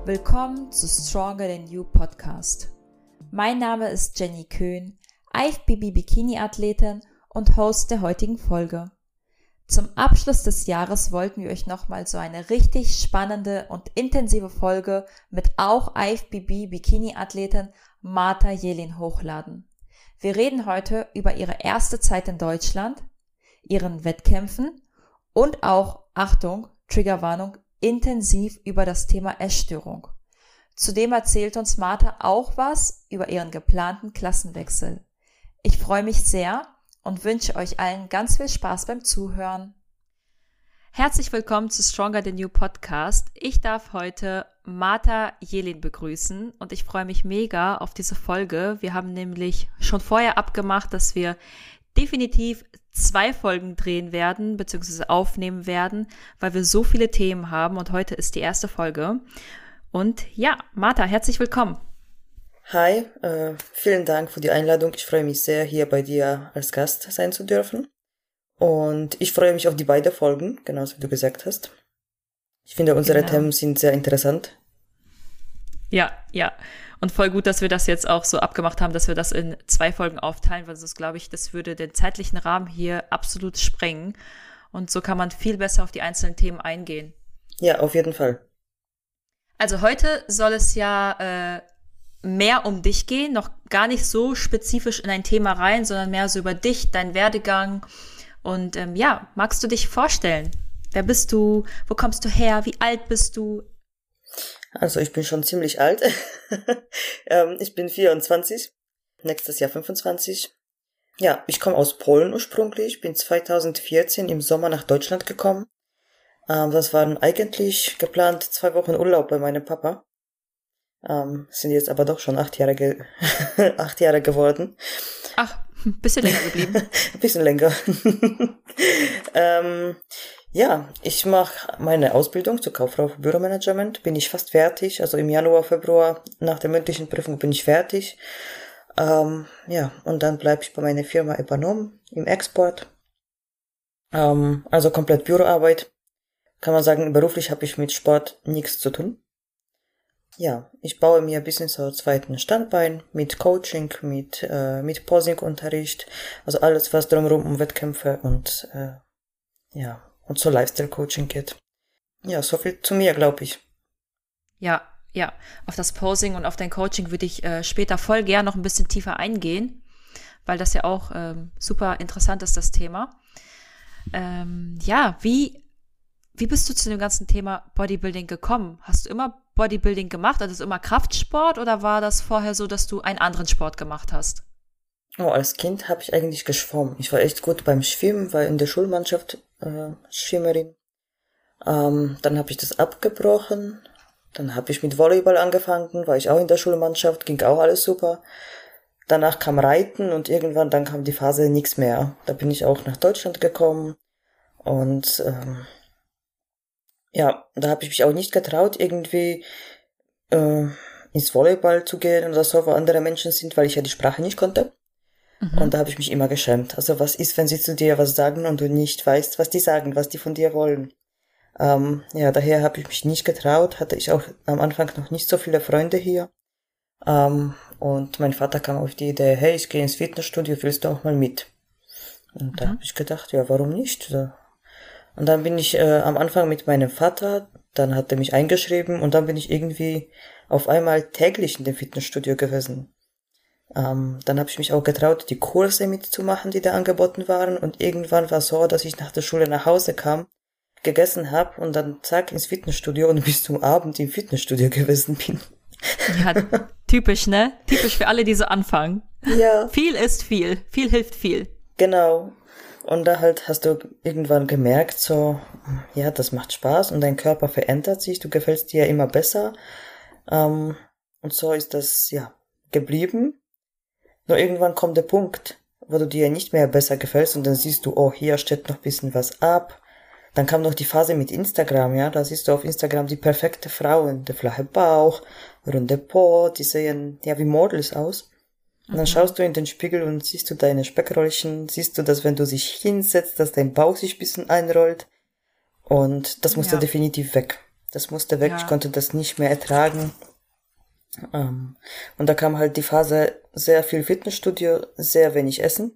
Willkommen zu Stronger Than You Podcast. Mein Name ist Jenny Köhn, IFBB Bikini-Athletin und Host der heutigen Folge. Zum Abschluss des Jahres wollten wir euch nochmal so eine richtig spannende und intensive Folge mit auch IFBB Bikini-Athletin Marta Jelin hochladen. Wir reden heute über ihre erste Zeit in Deutschland, ihren Wettkämpfen und auch, Achtung, Triggerwarnung, intensiv über das Thema Essstörung. Zudem erzählt uns Marta auch was über ihren geplanten Klassenwechsel. Ich freue mich sehr und wünsche euch allen ganz viel Spaß beim Zuhören. Herzlich willkommen zu Stronger Than You Podcast. Ich darf heute Marta Jelin begrüßen und ich freue mich mega auf diese Folge. Wir haben nämlich schon vorher abgemacht, dass wir definitiv 2 Folgen drehen werden, beziehungsweise aufnehmen werden, weil wir so viele Themen haben und heute ist die erste Folge. Und ja, Marta, herzlich willkommen. Hi, vielen Dank für die Einladung. Ich freue mich sehr, hier bei dir als Gast sein zu dürfen. Und ich freue mich auf die beiden Folgen, genauso wie du gesagt hast. Ich finde, unsere Themen sind sehr interessant. Ja. Und voll gut, dass wir das jetzt auch so abgemacht haben, dass wir das in 2 Folgen aufteilen, weil sonst glaube ich, das würde den zeitlichen Rahmen hier absolut sprengen. Und so kann man viel besser auf die einzelnen Themen eingehen. Ja, auf jeden Fall. Also heute soll es ja mehr um dich gehen, noch gar nicht so spezifisch in ein Thema rein, sondern mehr so über dich, deinen Werdegang. Und magst du dich vorstellen? Wer bist du? Wo kommst du her? Wie alt bist du? Also ich bin schon ziemlich alt. Ich bin 24, nächstes Jahr 25. Ja, ich komme aus Polen ursprünglich, bin 2014 im Sommer nach Deutschland gekommen. Das waren eigentlich geplant 2 Wochen Urlaub bei meinem Papa. Sind jetzt aber doch schon 8 Jahre 8 Jahre geworden. Ach, ein bisschen länger geblieben. Ein bisschen länger. Ja, ich mache meine Ausbildung zur Kauffrau für Büromanagement. Bin ich fast fertig. Also im Januar, Februar nach der mündlichen Prüfung bin ich fertig. Und dann bleibe ich bei meiner Firma Epanom im Export. Also komplett Büroarbeit. Kann man sagen, beruflich habe ich mit Sport nichts zu tun. Ja, ich baue mir ein bisschen so zweiten Standbein mit Coaching, mit Posing-Unterricht, also alles, was drumherum um Wettkämpfe und so Lifestyle-Coaching geht. Ja, so viel zu mir, glaube ich. Ja, auf das Posing und auf dein Coaching würde ich später voll gern noch ein bisschen tiefer eingehen, weil das ja auch super interessant ist, das Thema. Wie bist du zu dem ganzen Thema Bodybuilding gekommen? Hast du immer Bodybuilding gemacht? Also immer Kraftsport oder war das vorher so, dass du einen anderen Sport gemacht hast? Oh, als Kind habe ich eigentlich geschwommen. Ich war echt gut beim Schwimmen, war in der Schulmannschaft Schwimmerin. Dann habe ich das abgebrochen. Dann habe ich mit Volleyball angefangen, war ich auch in der Schulmannschaft, ging auch alles super. Danach kam Reiten und irgendwann dann kam die Phase nichts mehr. Da bin ich auch nach Deutschland gekommen und da habe ich mich auch nicht getraut, irgendwie ins Volleyball zu gehen oder so, wo andere Menschen sind, weil ich ja die Sprache nicht konnte. Und da habe ich mich immer geschämt. Also was ist, wenn sie zu dir was sagen und du nicht weißt, was die sagen, was die von dir wollen? Daher habe ich mich nicht getraut, hatte ich auch am Anfang noch nicht so viele Freunde hier. Und mein Vater kam auf die Idee, hey, ich gehe ins Fitnessstudio, willst du auch mal mit? Und da habe ich gedacht, ja, warum nicht? Und dann bin ich am Anfang mit meinem Vater, dann hat er mich eingeschrieben und dann bin ich irgendwie auf einmal täglich in dem Fitnessstudio gewesen. Dann habe ich mich auch getraut, die Kurse mitzumachen, die da angeboten waren und irgendwann war es so, dass ich nach der Schule nach Hause kam, gegessen habe und dann zack ins Fitnessstudio und bis zum Abend im Fitnessstudio gewesen bin. Ja, typisch, ne? Typisch für alle, die so anfangen. Ja. Viel ist viel. Viel hilft viel. Genau. Und da halt hast du irgendwann gemerkt, so, ja, das macht Spaß und dein Körper verändert sich, du gefällst dir ja immer besser. Und so ist das, geblieben. Nur irgendwann kommt der Punkt, wo du dir nicht mehr besser gefällst und dann siehst du, oh, hier steht noch ein bisschen was ab. Dann kam noch die Phase mit Instagram, ja, da siehst du auf Instagram die perfekte Frauen, der flache Bauch, runde Po, die sehen ja wie Models aus. Und dann schaust du in den Spiegel und siehst du deine Speckröllchen, siehst du, dass wenn du dich hinsetzt, dass dein Bauch sich ein bisschen einrollt. Und das muss da definitiv weg. Das musste weg, ich konnte das nicht mehr ertragen. Und da kam halt die Phase, sehr viel Fitnessstudio, sehr wenig Essen.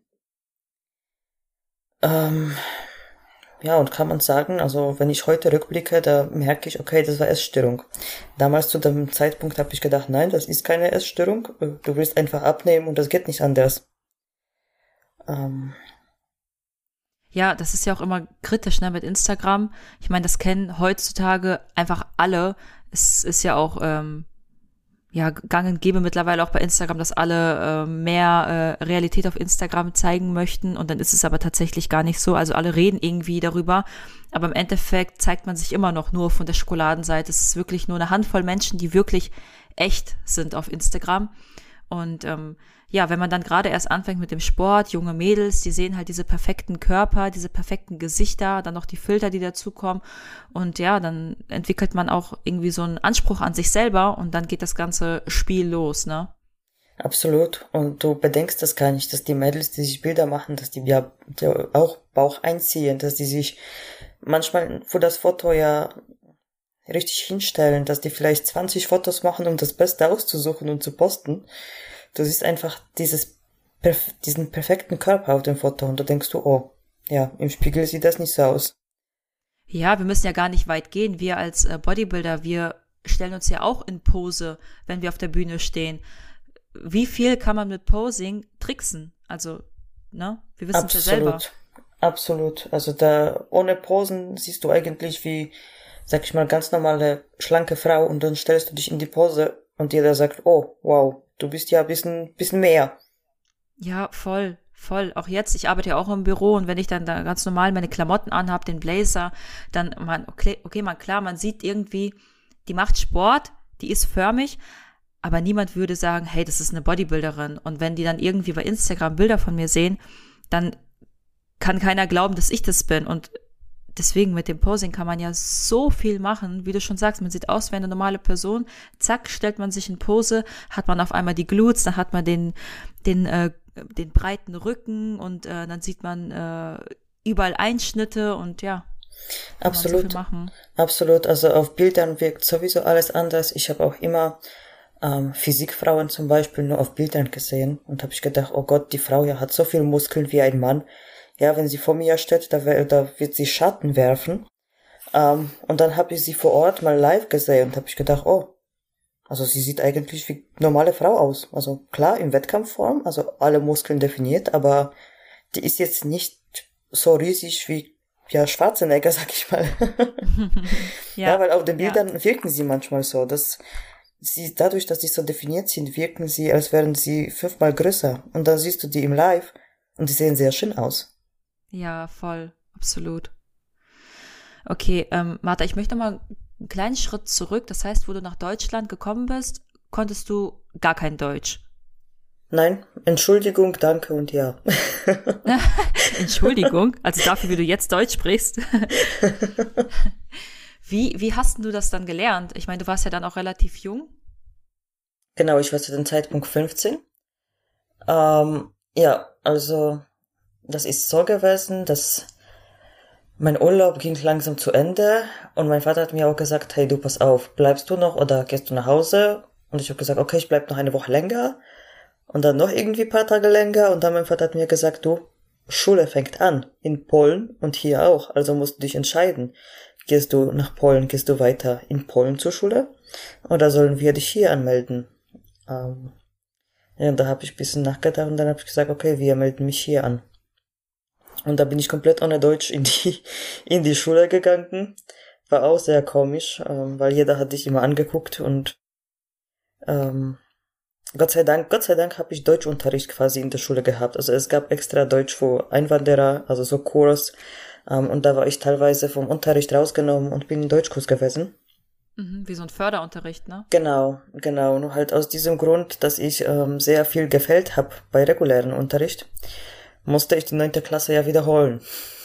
Ja, und kann man sagen, also wenn ich heute rückblicke, da merke ich, okay, das war Essstörung. Damals zu dem Zeitpunkt habe ich gedacht, nein, das ist keine Essstörung, du willst einfach abnehmen und das geht nicht anders. Ja, das ist ja auch immer kritisch, ne, mit Instagram. Ich meine, das kennen heutzutage einfach alle. Es ist ja auch gang und gäbe mittlerweile auch bei Instagram, dass alle mehr Realität auf Instagram zeigen möchten und dann ist es aber tatsächlich gar nicht so. Also alle reden irgendwie darüber, aber im Endeffekt zeigt man sich immer noch nur von der Schokoladenseite. Es ist wirklich nur eine Handvoll Menschen, die wirklich echt sind auf Instagram. Und wenn man dann gerade erst anfängt mit dem Sport, junge Mädels, die sehen halt diese perfekten Körper, diese perfekten Gesichter, dann noch die Filter, die dazukommen. Und ja, dann entwickelt man auch irgendwie so einen Anspruch an sich selber und dann geht das ganze Spiel los, ne? Absolut. Und du bedenkst das gar nicht, dass die Mädels, die sich Bilder machen, dass die ja auch Bauch einziehen, dass die sich manchmal für das Foto ja richtig hinstellen, dass die vielleicht 20 Fotos machen, um das Beste auszusuchen und zu posten. Du siehst einfach diesen perfekten Körper auf dem Foto und da denkst du, oh, ja, im Spiegel sieht das nicht so aus. Ja, wir müssen ja gar nicht weit gehen. Wir als Bodybuilder, wir stellen uns ja auch in Pose, wenn wir auf der Bühne stehen. Wie viel kann man mit Posing tricksen? Also, ne? Wir wissen es ja selber. Absolut. Also da ohne Posen siehst du eigentlich wie, sag ich mal, ganz normale, schlanke Frau und dann stellst du dich in die Pose und jeder sagt, oh, wow, du bist ja ein bisschen mehr. Ja, voll. Auch jetzt, ich arbeite ja auch im Büro und wenn ich dann da ganz normal meine Klamotten anhab, den Blazer, dann, man sieht irgendwie, die macht Sport, die ist förmig, aber niemand würde sagen, hey, das ist eine Bodybuilderin. Und wenn die dann irgendwie bei Instagram Bilder von mir sehen, dann kann keiner glauben, dass ich das bin. Und deswegen mit dem Posing kann man ja so viel machen, wie du schon sagst, man sieht aus wie eine normale Person, zack, stellt man sich in Pose, hat man auf einmal die Glutes, dann hat man den breiten Rücken und dann sieht man überall Einschnitte und ja, kann man so viel machen. Absolut, also auf Bildern wirkt sowieso alles anders. Ich habe auch immer Physikfrauen zum Beispiel nur auf Bildern gesehen und habe ich gedacht, oh Gott, die Frau ja hat so viel Muskeln wie ein Mann. Ja, wenn sie vor mir steht, da wird sie Schatten werfen. Und dann habe ich sie vor Ort mal live gesehen und habe ich gedacht, oh, also sie sieht eigentlich wie normale Frau aus. Also klar, in Wettkampfform, also alle Muskeln definiert, aber die ist jetzt nicht so riesig wie, ja, Schwarzenegger, sag ich mal. Ja, weil auf den Bildern wirken sie manchmal so, dass sie, dadurch, dass sie so definiert sind, wirken sie, als wären sie 5-mal größer. Und dann siehst du die im Live und die sehen sehr schön aus. Ja, voll, absolut. Okay, Martha, ich möchte mal einen kleinen Schritt zurück. Das heißt, wo du nach Deutschland gekommen bist, konntest du gar kein Deutsch? Nein, Entschuldigung, danke und ja. Entschuldigung, also dafür, wie du jetzt Deutsch sprichst. Wie hast du das dann gelernt? Ich meine, du warst ja dann auch relativ jung. Genau, ich war zu dem Zeitpunkt 15. Ja, also das ist so gewesen, dass mein Urlaub ging langsam zu Ende und mein Vater hat mir auch gesagt, hey, du pass auf, bleibst du noch oder gehst du nach Hause? Und ich habe gesagt, okay, ich bleib noch eine Woche länger und dann noch irgendwie ein paar Tage länger und dann mein Vater hat mir gesagt, du, Schule fängt an in Polen und hier auch, also musst du dich entscheiden. Gehst du nach Polen, gehst du weiter in Polen zur Schule oder sollen wir dich hier anmelden? Ja, da habe ich ein bisschen nachgedacht und dann habe ich gesagt, okay, wir melden mich hier an. Und da bin ich komplett ohne Deutsch in die Schule gegangen. War auch sehr komisch, weil jeder hat dich immer angeguckt und Gott sei Dank habe ich Deutschunterricht quasi in der Schule gehabt. Also es gab extra Deutsch für Einwanderer, also so Kurs. Und da war ich teilweise vom Unterricht rausgenommen und bin in Deutschkurs gewesen. Wie so ein Förderunterricht, ne? Genau. Nur halt aus diesem Grund, dass ich sehr viel gefehlt habe bei regulären Unterricht, musste ich die 9. Klasse ja wiederholen.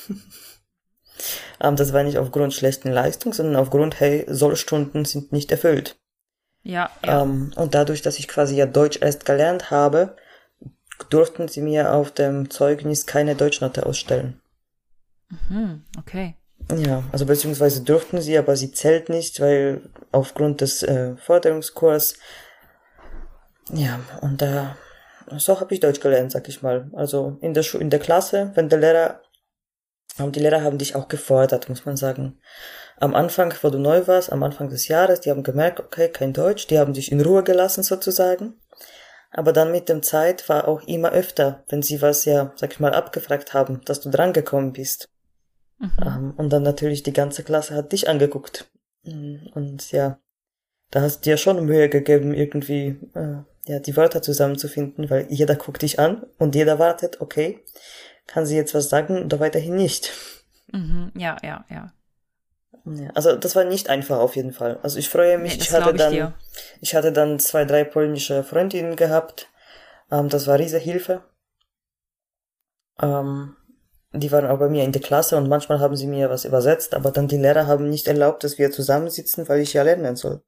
Das war nicht aufgrund schlechten Leistung, sondern aufgrund, hey, Sollstunden sind nicht erfüllt. Ja. Und dadurch, dass ich quasi ja Deutsch erst gelernt habe, durften sie mir auf dem Zeugnis keine Deutschnote ausstellen. Okay. Ja, also beziehungsweise durften sie, aber sie zählt nicht, weil aufgrund des Forderungskurs, ja, und so habe ich Deutsch gelernt, sag ich mal. Also in der Klasse, wenn die Lehrer haben dich auch gefordert, muss man sagen. Am Anfang, wo du neu warst, am Anfang des Jahres, die haben gemerkt, okay, kein Deutsch, die haben dich in Ruhe gelassen sozusagen. Aber dann mit dem Zeit war auch immer öfter, wenn sie was ja, sag ich mal, abgefragt haben, dass du drangekommen bist. Und dann natürlich die ganze Klasse hat dich angeguckt. Und ja, da hast du dir schon Mühe gegeben, irgendwie ja die Wörter zusammenzufinden, weil jeder guckt dich an und jeder wartet, okay, kann sie jetzt was sagen oder weiterhin nicht. Ja. Ja, also das war nicht einfach auf jeden Fall. Also ich freue mich, ich hatte dann 2, 3 polnische Freundinnen gehabt. Das war riesige Hilfe. Die waren auch bei mir in der Klasse und manchmal haben sie mir was übersetzt, aber dann die Lehrer haben nicht erlaubt, dass wir zusammensitzen, weil ich ja lernen soll.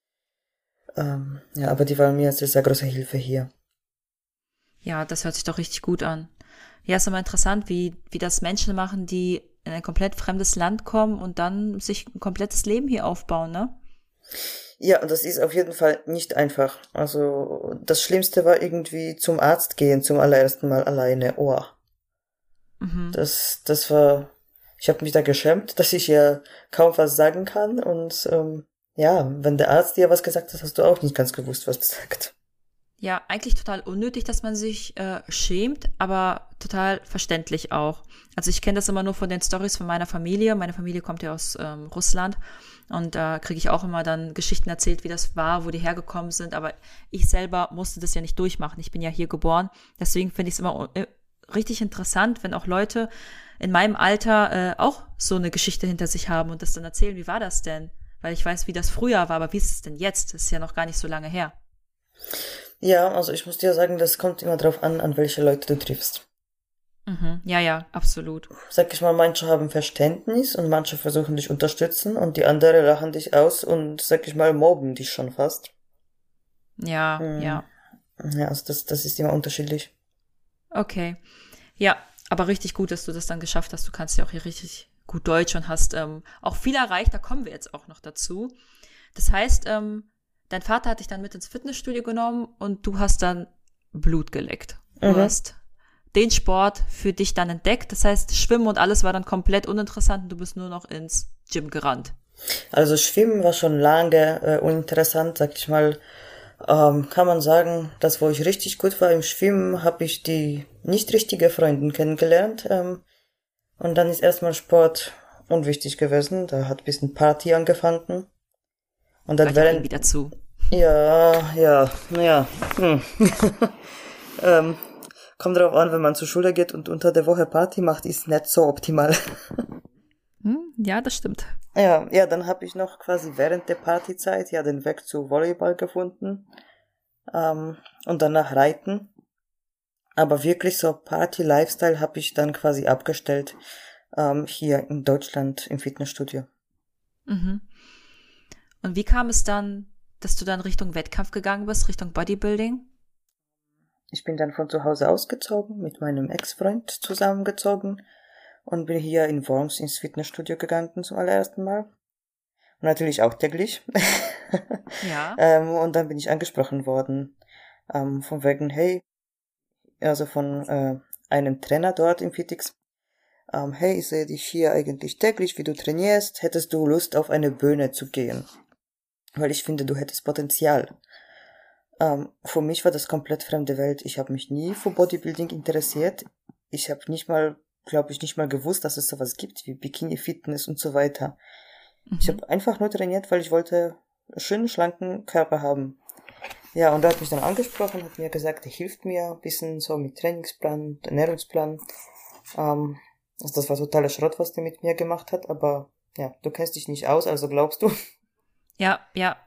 Ja, aber die waren mir sehr, sehr große Hilfe hier. Ja, das hört sich doch richtig gut an. Ja, ist immer interessant, wie das Menschen machen, die in ein komplett fremdes Land kommen und dann sich ein komplettes Leben hier aufbauen, ne? Ja, und das ist auf jeden Fall nicht einfach. Also das Schlimmste war irgendwie zum Arzt gehen, zum allerersten Mal alleine. Oh. Das war, ich habe mich da geschämt, dass ich ja kaum was sagen kann und ja, wenn der Arzt dir was gesagt hat, hast du auch nicht ganz gewusst, was er sagt. Ja, eigentlich total unnötig, dass man sich schämt, aber total verständlich auch. Also ich kenne das immer nur von den Storys von meiner Familie. Meine Familie kommt ja aus Russland und da kriege ich auch immer dann Geschichten erzählt, wie das war, wo die hergekommen sind. Aber ich selber musste das ja nicht durchmachen. Ich bin ja hier geboren. Deswegen finde ich es immer richtig interessant, wenn auch Leute in meinem Alter auch so eine Geschichte hinter sich haben und das dann erzählen, wie war das denn? Weil ich weiß, wie das früher war, aber wie ist es denn jetzt? Das ist ja noch gar nicht so lange her. Ja, also ich muss dir sagen, das kommt immer drauf an welche Leute du triffst. Ja, absolut. Sag ich mal, manche haben Verständnis und manche versuchen dich unterstützen und die anderen lachen dich aus und, sag ich mal, mobben dich schon fast. Ja. Ja, also das ist immer unterschiedlich. Okay. Ja, aber richtig gut, dass du das dann geschafft hast. Du kannst ja auch hier richtig gut Deutsch und hast auch viel erreicht. Da kommen wir jetzt auch noch dazu. Das heißt, dein Vater hat dich dann mit ins Fitnessstudio genommen und du hast dann Blut geleckt. Du hast den Sport für dich dann entdeckt. Das heißt, Schwimmen und alles war dann komplett uninteressant und du bist nur noch ins Gym gerannt. Also Schwimmen war schon lange uninteressant, sag ich mal. Kann man sagen, dass wo ich richtig gut war im Schwimmen, habe ich die nicht richtige Freundin kennengelernt. Und dann ist erstmal Sport unwichtig gewesen. Da hat ein bisschen Party angefangen. Und dann während wieder zu. Ja. Kommt drauf an, wenn man zur Schule geht und unter der Woche Party macht, ist nicht so optimal. Ja, das stimmt. Ja, dann habe ich noch quasi während der Partyzeit ja den Weg zu Volleyball gefunden und danach Reiten. Aber wirklich so Party-Lifestyle habe ich dann quasi abgestellt hier in Deutschland im Fitnessstudio. Und wie kam es dann, dass du dann Richtung Wettkampf gegangen bist, Richtung Bodybuilding? Ich bin dann von zu Hause ausgezogen, mit meinem Ex-Freund zusammengezogen und bin hier in Worms ins Fitnessstudio gegangen zum allerersten Mal. Und natürlich auch täglich. Ja. Und dann bin ich angesprochen worden, von wegen, hey, also von einem Trainer dort im Fitix, hey, ich sehe dich hier eigentlich täglich, wie du trainierst, hättest du Lust auf eine Bühne zu gehen? Weil ich finde, du hättest Potenzial. Für mich war das komplett fremde Welt. Ich habe mich nie für Bodybuilding interessiert. Ich habe nicht mal gewusst, dass es sowas gibt wie Bikini-Fitness und so weiter. Ich habe einfach nur trainiert, weil ich wollte einen schönen, schlanken Körper haben. Ja, und er hat mich dann angesprochen, hat mir gesagt, er hilft mir ein bisschen so mit Trainingsplan, Ernährungsplan. Also das war totaler Schrott, was der mit mir gemacht hat, aber ja, du kennst dich nicht aus, also glaubst du. Ja.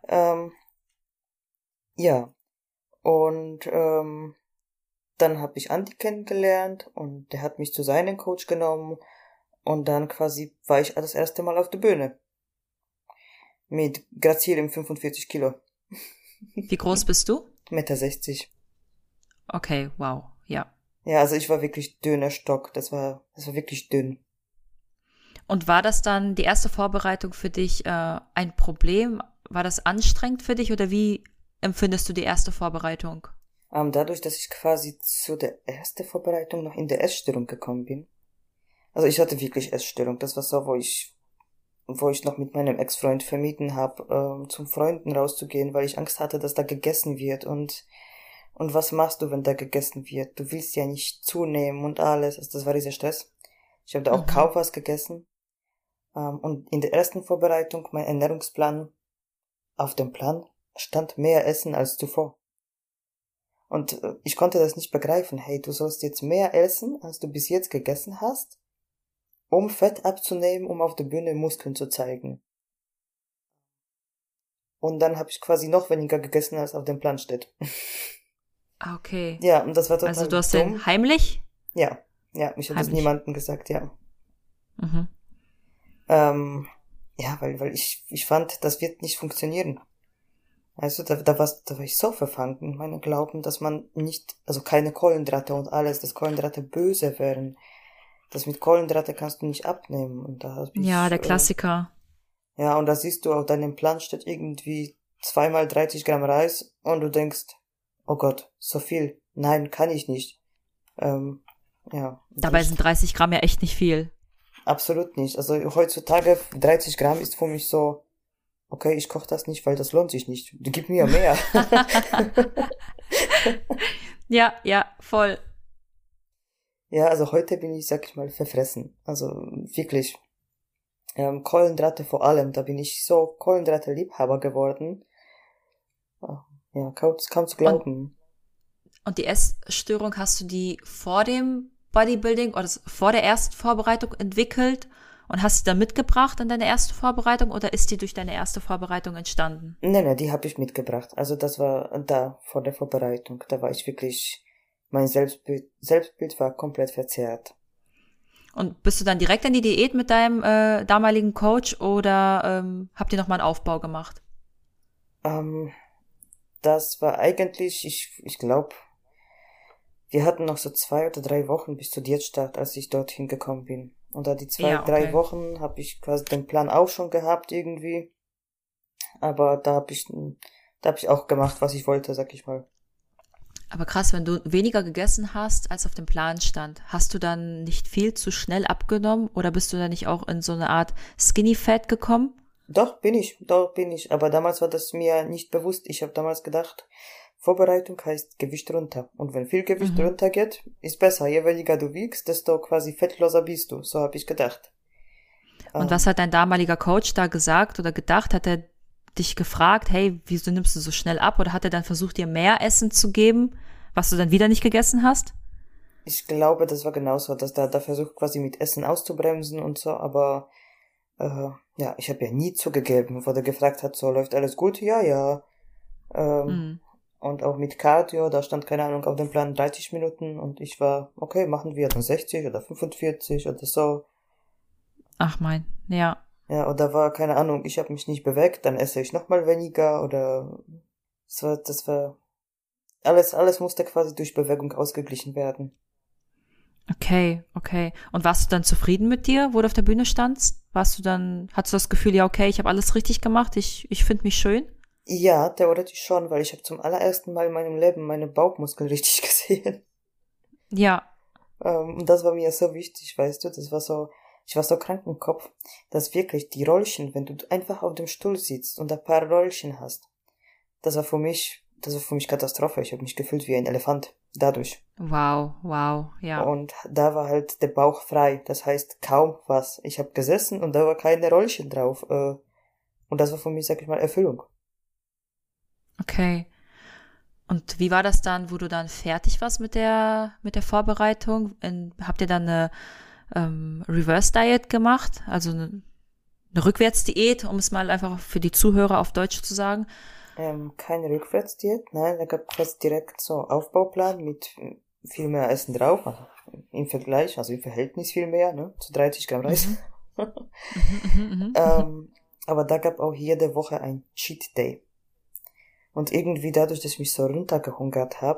Ja, und dann habe ich Andi kennengelernt und der hat mich zu seinem Coach genommen und dann quasi war ich das erste Mal auf der Bühne. Mit grazilem 45 Kilo. Wie groß bist du? 1,60 Meter. Okay, wow, ja. Ja, also ich war wirklich dünner Stock. Das war wirklich dünn. Und war das dann die erste Vorbereitung für dich ein Problem? War das anstrengend für dich oder wie empfindest du die erste Vorbereitung? Dadurch, dass ich quasi zu der ersten Vorbereitung noch in der Essstörung gekommen bin. Also ich hatte wirklich Essstörung. Das war so, wo ich noch mit meinem Ex-Freund vermieden habe, zum Freunden rauszugehen, weil ich Angst hatte, dass da gegessen wird. Und was machst du, wenn da gegessen wird? Du willst ja nicht zunehmen und alles. Also das war dieser Stress. Ich habe da auch kaum was gegessen. Und in der ersten Vorbereitung, mein Ernährungsplan, auf dem Plan stand mehr Essen als zuvor. Und ich konnte das nicht begreifen. Hey, du sollst jetzt mehr essen, als du bis jetzt gegessen hast, um Fett abzunehmen, um auf der Bühne Muskeln zu zeigen. Und dann habe ich quasi noch weniger gegessen, als auf dem Plan steht. Okay. Ja, und das war total Also du hast dumm. den heimlich? Ja, ich habe das niemandem gesagt, ja. Mhm. Ja, weil ich fand, das wird nicht funktionieren. Also da war ich so verfangen in meinem Glauben, dass man nicht, also keine Kohlenhydrate und alles, dass Kohlenhydrate böse wären. Das mit Kohlenhydrate kannst du nicht abnehmen. Und da hab ich, Ja, der Klassiker. Ja, und da siehst du auf deinem Plan steht irgendwie 2 mal 30 Gramm Reis und du denkst, oh Gott, so viel. Nein, kann ich nicht. Ja. Dabei sind 30 Gramm ja echt nicht viel. Absolut nicht. Also heutzutage 30 Gramm ist für mich so, okay, ich koche das nicht, weil das lohnt sich nicht. Gib mir mehr. Ja, voll. Ja, also heute bin ich, sag ich mal, verfressen. Also wirklich. Kohlenhydrate vor allem, da bin ich so Kohlenhydrate-Liebhaber geworden. Ja, kaum zu glauben. Und die Essstörung, hast du die vor dem Bodybuilding oder vor der ersten Vorbereitung entwickelt und hast sie dann mitgebracht in deine erste Vorbereitung oder ist die durch deine erste Vorbereitung entstanden? Nee, die habe ich mitgebracht. Also das war da vor der Vorbereitung. Da war ich wirklich, mein Selbstbild war komplett verzerrt. Und bist du dann direkt in die Diät mit deinem damaligen Coach oder habt ihr nochmal einen Aufbau gemacht? Das war eigentlich, ich glaube, wir hatten noch so 2 oder 3 Wochen bis zur Diätstart, als ich dorthin gekommen bin. Und da die 2-3 Wochen habe ich quasi den Plan auch schon gehabt irgendwie. Aber da hab ich auch gemacht, was ich wollte, sag ich mal. Aber krass, wenn du weniger gegessen hast, als auf dem Plan stand, hast du dann nicht viel zu schnell abgenommen oder bist du dann nicht auch in so eine Art Skinny Fat gekommen? Doch, bin ich. Aber damals war das mir nicht bewusst. Ich habe damals gedacht, Vorbereitung heißt Gewicht runter. Und wenn viel Gewicht runtergeht, ist besser. Je weniger du wiegst, desto quasi fettloser bist du. So habe ich gedacht. Und was hat dein damaliger Coach da gesagt oder gedacht? Hat er dich gefragt, hey, wieso nimmst du so schnell ab? Oder hat er dann versucht, dir mehr Essen zu geben, was du dann wieder nicht gegessen hast? Ich glaube, das war genauso, dass da versucht quasi mit Essen auszubremsen und so, aber ja, ich habe ja nie zugegeben, wo der gefragt hat, so läuft alles gut? Ja. Und auch mit Cardio, da stand, keine Ahnung, auf dem Plan 30 Minuten und ich war, okay, machen wir dann 60 oder 45 oder so. Ach ja. Ja, oder war, keine Ahnung, ich habe mich nicht bewegt, dann esse ich nochmal weniger oder das war alles musste quasi durch Bewegung ausgeglichen werden. Okay. Und warst du dann zufrieden mit dir, wo du auf der Bühne standst? Hattest du das Gefühl, ja, okay, ich habe alles richtig gemacht, ich finde mich schön? Ja, theoretisch schon, weil ich habe zum allerersten Mal in meinem Leben meine Bauchmuskeln richtig gesehen. Ja. Und das war mir so wichtig, weißt du, ich war so krank im Kopf, dass wirklich die Rollchen, wenn du einfach auf dem Stuhl sitzt und ein paar Rollchen hast, das war für mich Katastrophe. Ich habe mich gefühlt wie ein Elefant. Dadurch. Wow, ja. Und da war halt der Bauch frei. Das heißt kaum was. Ich habe gesessen und da war keine Rollchen drauf. Und das war für mich, sag ich mal, Erfüllung. Okay. Und wie war das dann, wo du dann fertig warst mit der Vorbereitung? Habt ihr dann eine Reverse Diet gemacht? Also eine Rückwärtsdiät, um es mal einfach für die Zuhörer auf Deutsch zu sagen? Keine Rückwärtsdiät, nein, da gab es direkt so Aufbauplan mit viel mehr Essen drauf, also im Vergleich, also im Verhältnis viel mehr, ne, zu 30 Gramm Reis. Aber da gab auch jede Woche ein Cheat Day. Und irgendwie dadurch, dass ich mich so runtergehungert habe,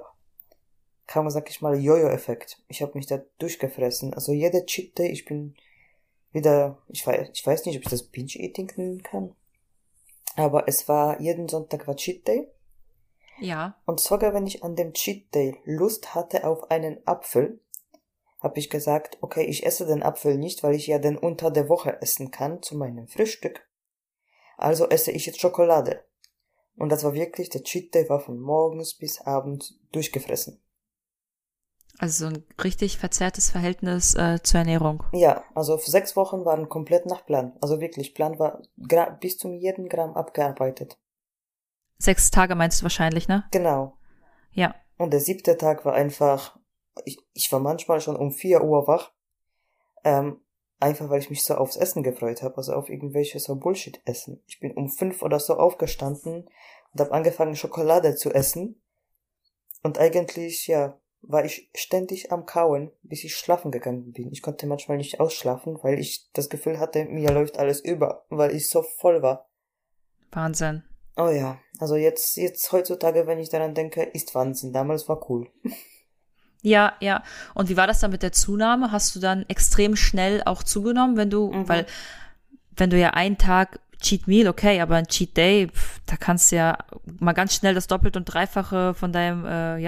kam, sag ich mal, Jojo-Effekt. Ich habe mich da durchgefressen. Also jeder Cheat Day, ich bin wieder, ich weiß nicht, ob ich das Binge-Eating nennen kann, aber es war, jeden Sonntag war Cheat Day. Ja. Und sogar wenn ich an dem Cheat Day Lust hatte auf einen Apfel, habe ich gesagt, okay, ich esse den Apfel nicht, weil ich ja den unter der Woche essen kann zu meinem Frühstück. Also esse ich jetzt Schokolade. Und das war wirklich, der Cheat Day war von morgens bis abends durchgefressen. Also so ein richtig verzerrtes Verhältnis zur Ernährung. Ja, also 6 Wochen waren komplett nach Plan. Also wirklich, Plan war bis zum jeden Gramm abgearbeitet. 6 Tage meinst du wahrscheinlich, ne? Genau. Ja. Und der 7. Tag war einfach, ich war manchmal schon um 4 Uhr wach, einfach weil ich mich so aufs Essen gefreut habe, also auf irgendwelche so Bullshit-Essen. Ich bin um 5 oder so aufgestanden und habe angefangen, Schokolade zu essen. Und eigentlich, ja, war ich ständig am Kauen, bis ich schlafen gegangen bin. Ich konnte manchmal nicht ausschlafen, weil ich das Gefühl hatte, mir läuft alles über, weil ich so voll war. Wahnsinn. Oh ja, also jetzt heutzutage, wenn ich daran denke, ist Wahnsinn. Damals war cool. Ja, ja. Und wie war das dann mit der Zunahme? Hast du dann extrem schnell auch zugenommen, weil wenn du ja einen Tag Cheat Meal, okay, aber ein Cheat Day, da kannst du ja mal ganz schnell das Doppelte und Dreifache von deinem,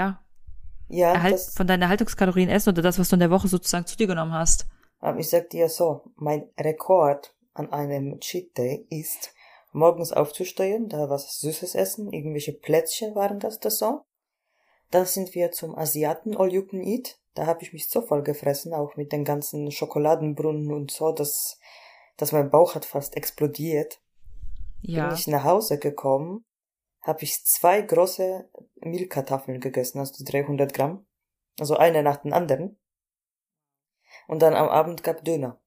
von deinen Erhaltungskalorien essen oder das, was du in der Woche sozusagen zu dir genommen hast. Ich sag dir so, mein Rekord an einem Cheat Day ist, morgens aufzustehen, da was Süßes essen, irgendwelche Plätzchen waren das so. Dann sind wir zum Asiaten All You Can Eat. Da habe ich mich so voll gefressen, auch mit den ganzen Schokoladenbrunnen und so, dass mein Bauch hat fast explodiert. Ja. Bin ich nach Hause gekommen, habe ich 2 große Mehlkartoffeln gegessen, also 300 Gramm. Also eine nach den anderen. Und dann am Abend gab Döner.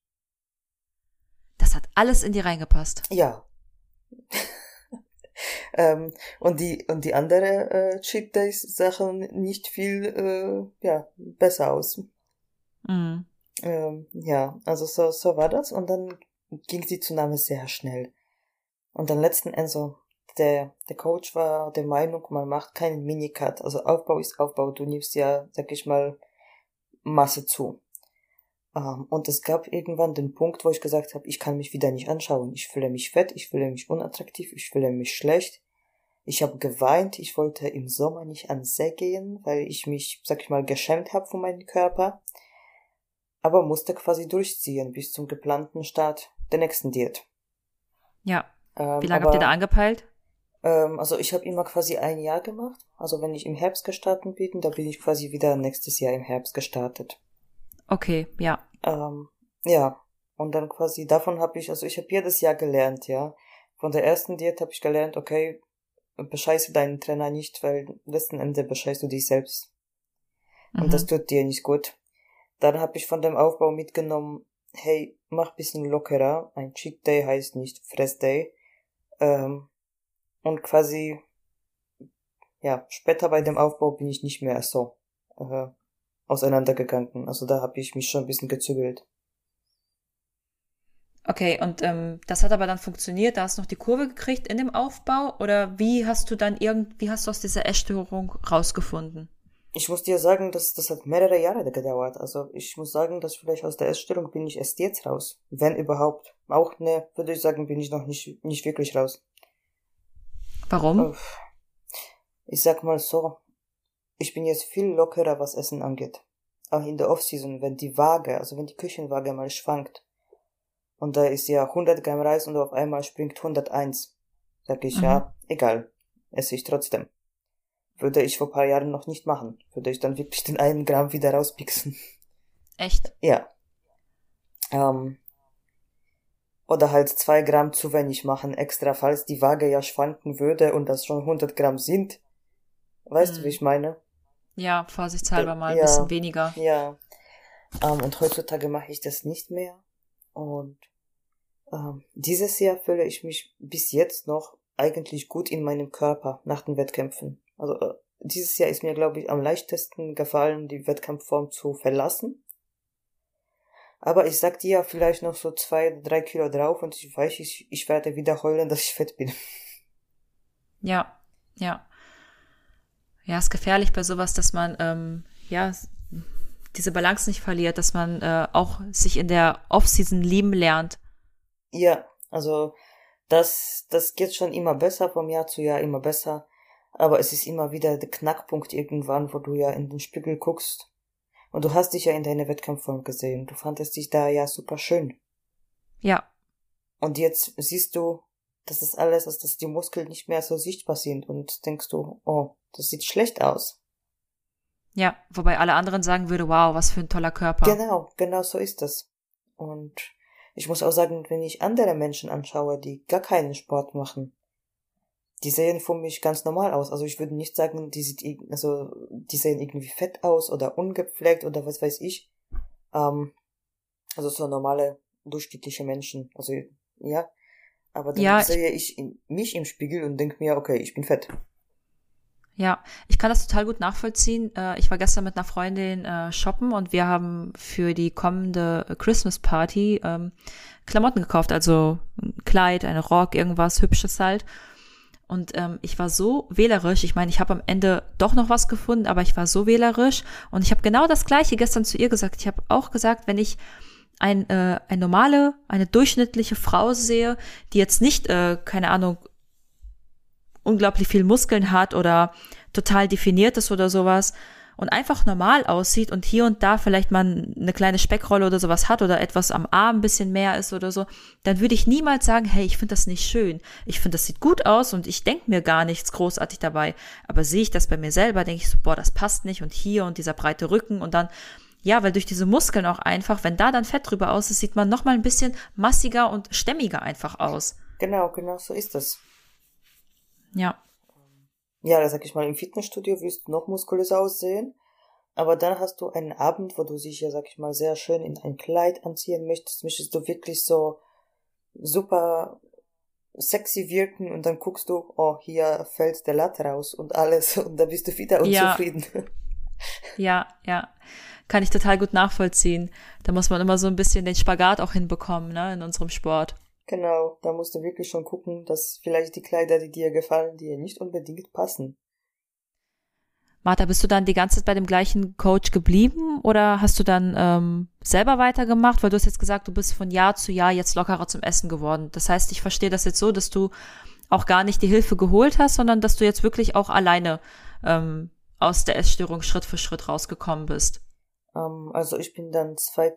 Das hat alles in dir reingepasst. Ja. Und die andere Cheat Days sahen nicht viel besser aus. Mhm. Ja, also so war das. Und dann ging die Zunahme sehr schnell. Und dann letzten Endes so, der Coach war der Meinung, man macht keinen Minicut. Also Aufbau ist Aufbau. Du nimmst ja, sag ich mal, Masse zu. Und es gab irgendwann den Punkt, wo ich gesagt habe, ich kann mich wieder nicht anschauen. Ich fühle mich fett, ich fühle mich unattraktiv, ich fühle mich schlecht. Ich habe geweint, ich wollte im Sommer nicht ans See gehen, weil ich mich, sag ich mal, geschämt habe von meinem Körper. Aber musste quasi durchziehen bis zum geplanten Start der nächsten Diät. Ja. Wie lange habt ihr da angepeilt? Also ich habe immer quasi ein Jahr gemacht. Also wenn ich im Herbst gestartet bin, da bin ich quasi wieder nächstes Jahr im Herbst gestartet. Okay, ja. Ja, und dann quasi davon habe ich jedes Jahr gelernt, ja. Von der ersten Diät habe ich gelernt, okay, bescheiße deinen Trainer nicht, weil letzten Endes bescheißt du dich selbst. Und das tut dir nicht gut. Dann habe ich von dem Aufbau mitgenommen, hey, mach bisschen lockerer. Ein Cheat Day heißt nicht Fress Day. Und quasi, ja, später bei dem Aufbau bin ich nicht mehr so auseinandergegangen. Also da habe ich mich schon ein bisschen gezügelt. Okay, und das hat aber dann funktioniert? Da hast du noch die Kurve gekriegt in dem Aufbau? Oder wie hast du aus dieser Essstörung rausgefunden? Ich muss dir sagen, das hat mehrere Jahre gedauert. Also ich muss sagen, dass vielleicht aus der Essstörung bin ich erst jetzt raus. Wenn überhaupt. Auch, ne, würde ich sagen, bin ich noch nicht wirklich raus. Warum? Ich sag mal so, ich bin jetzt viel lockerer, was Essen angeht. Auch in der Off-Season, wenn die Küchenwaage mal schwankt. Und da ist ja 100 Gramm Reis und auf einmal springt 101. Sag ich, ja, egal. Esse ich trotzdem. Würde ich vor ein paar Jahren noch nicht machen. Würde ich dann wirklich den 1 Gramm wieder rauspixen. Echt? Ja. Oder halt 2 Gramm zu wenig machen extra, falls die Waage ja schwanken würde und das schon 100 Gramm sind. Weißt du, wie ich meine? Ja, vorsichtshalber mal ein bisschen weniger. Ja. Und heutzutage mache ich das nicht mehr. Und dieses Jahr fühle ich mich bis jetzt noch eigentlich gut in meinem Körper nach den Wettkämpfen. Also dieses Jahr ist mir, glaube ich, am leichtesten gefallen, die Wettkampfform zu verlassen. Aber ich sag dir ja vielleicht noch so 2-3 Kilo drauf und ich weiß, ich werde wieder heulen, dass ich fett bin. Ja, ja. Ja, ist gefährlich bei sowas, dass man, diese Balance nicht verliert, dass man auch sich in der Off-Season lieben lernt. Ja, also das geht schon immer besser, vom Jahr zu Jahr immer besser. Aber es ist immer wieder der Knackpunkt irgendwann, wo du ja in den Spiegel guckst. Und du hast dich ja in deiner Wettkampfform gesehen. Du fandest dich da ja super schön. Ja. Und jetzt siehst du, dass das alles, dass die Muskeln nicht mehr so sichtbar sind. Und denkst du, oh, das sieht schlecht aus. Ja, wobei alle anderen sagen würde, wow, was für ein toller Körper. Genau so ist das. Und ich muss auch sagen, wenn ich andere Menschen anschaue, die gar keinen Sport machen, die sehen für mich ganz normal aus. Also ich würde nicht sagen, die sehen irgendwie fett aus oder ungepflegt oder was weiß ich. Also so normale, durchschnittliche Menschen. Also, ja. Aber dann sehe ich mich im Spiegel und denke mir, okay, ich bin fett. Ja, ich kann das total gut nachvollziehen. Ich war gestern mit einer Freundin shoppen und wir haben für die kommende Christmas Party Klamotten gekauft. Also ein Kleid, eine Rock, irgendwas Hübsches halt. Und ich war so wählerisch. Ich meine, ich habe am Ende doch noch was gefunden, aber ich war so wählerisch. Und ich habe genau das Gleiche gestern zu ihr gesagt. Ich habe auch gesagt, wenn ich eine durchschnittliche Frau sehe, die jetzt nicht, keine Ahnung, unglaublich viel Muskeln hat oder total definiert ist oder sowas und einfach normal aussieht und hier und da vielleicht mal eine kleine Speckrolle oder sowas hat oder etwas am Arm ein bisschen mehr ist oder so, dann würde ich niemals sagen, hey, ich finde das nicht schön. Ich finde, das sieht gut aus und ich denke mir gar nichts großartig dabei. Aber sehe ich das bei mir selber, denke ich so, boah, das passt nicht und hier und dieser breite Rücken und dann, ja, weil durch diese Muskeln auch einfach, wenn da dann Fett drüber aus ist, sieht man nochmal ein bisschen massiger und stämmiger einfach aus. Genau so ist das. Ja. Ja, sag ich mal, im Fitnessstudio willst du noch muskulös aussehen, aber dann hast du einen Abend, wo du dich ja, sag ich mal, sehr schön in ein Kleid anziehen möchtest du wirklich so super sexy wirken und dann guckst du, oh, hier fällt der Latte raus und alles und dann bist du wieder unzufrieden. Ja, kann ich total gut nachvollziehen. Da muss man immer so ein bisschen den Spagat auch hinbekommen, ne, in unserem Sport. Genau, da musst du wirklich schon gucken, dass vielleicht die Kleider, die dir gefallen, dir nicht unbedingt passen. Martha, bist du dann die ganze Zeit bei dem gleichen Coach geblieben oder hast du dann selber weitergemacht? Weil du hast jetzt gesagt, du bist von Jahr zu Jahr jetzt lockerer zum Essen geworden. Das heißt, ich verstehe das jetzt so, dass du auch gar nicht die Hilfe geholt hast, sondern dass du jetzt wirklich auch alleine aus der Essstörung Schritt für Schritt rausgekommen bist. Also ich bin dann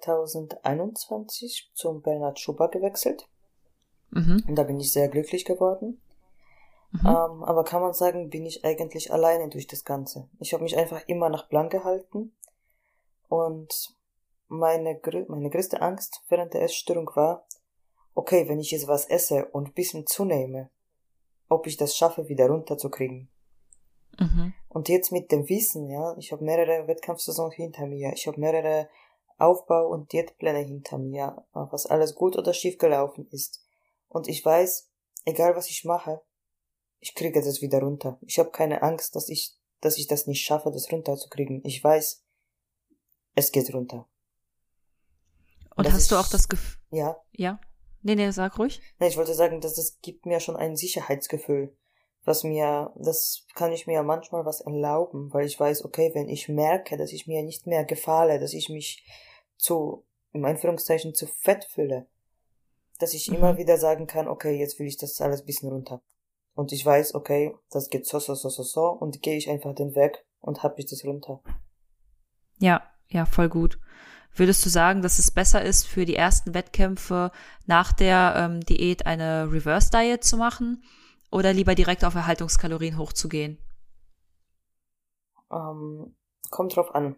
2021 zum Bernhard Schuber gewechselt. Und da bin ich sehr glücklich geworden. Aber kann man sagen, bin ich eigentlich alleine durch das Ganze. Ich habe mich einfach immer nach Plan gehalten. Und meine größte Angst während der Essstörung war, okay, wenn ich jetzt was esse und ein bisschen zunehme, ob ich das schaffe, wieder runterzukriegen. Und jetzt mit dem Wissen, ja, ich habe mehrere Wettkampfsaisons hinter mir, ich habe mehrere Aufbau- und Diätpläne hinter mir, was alles gut oder schief gelaufen ist. Und ich weiß, egal was ich mache, ich kriege das wieder runter. Ich habe keine Angst, dass ich das nicht schaffe, das runterzukriegen. Ich weiß, es geht runter. Und hast du auch das Gefühl? Ja. Ja? Nee, sag ruhig. Nein, ich wollte sagen, dass das gibt mir schon ein Sicherheitsgefühl. Das kann ich mir manchmal was erlauben, weil ich weiß, okay, wenn ich merke, dass ich mir nicht mehr gefalle, dass ich mich in Anführungszeichen, zu fett fühle, dass ich immer wieder sagen kann, okay, jetzt will ich das alles ein bisschen runter. Und ich weiß, okay, das geht so, und gehe ich einfach den Weg und hab ich das runter. Ja, voll gut. Würdest du sagen, dass es besser ist, für die ersten Wettkämpfe nach der Diät eine Reverse Diet zu machen oder lieber direkt auf Erhaltungskalorien hochzugehen? Kommt drauf an.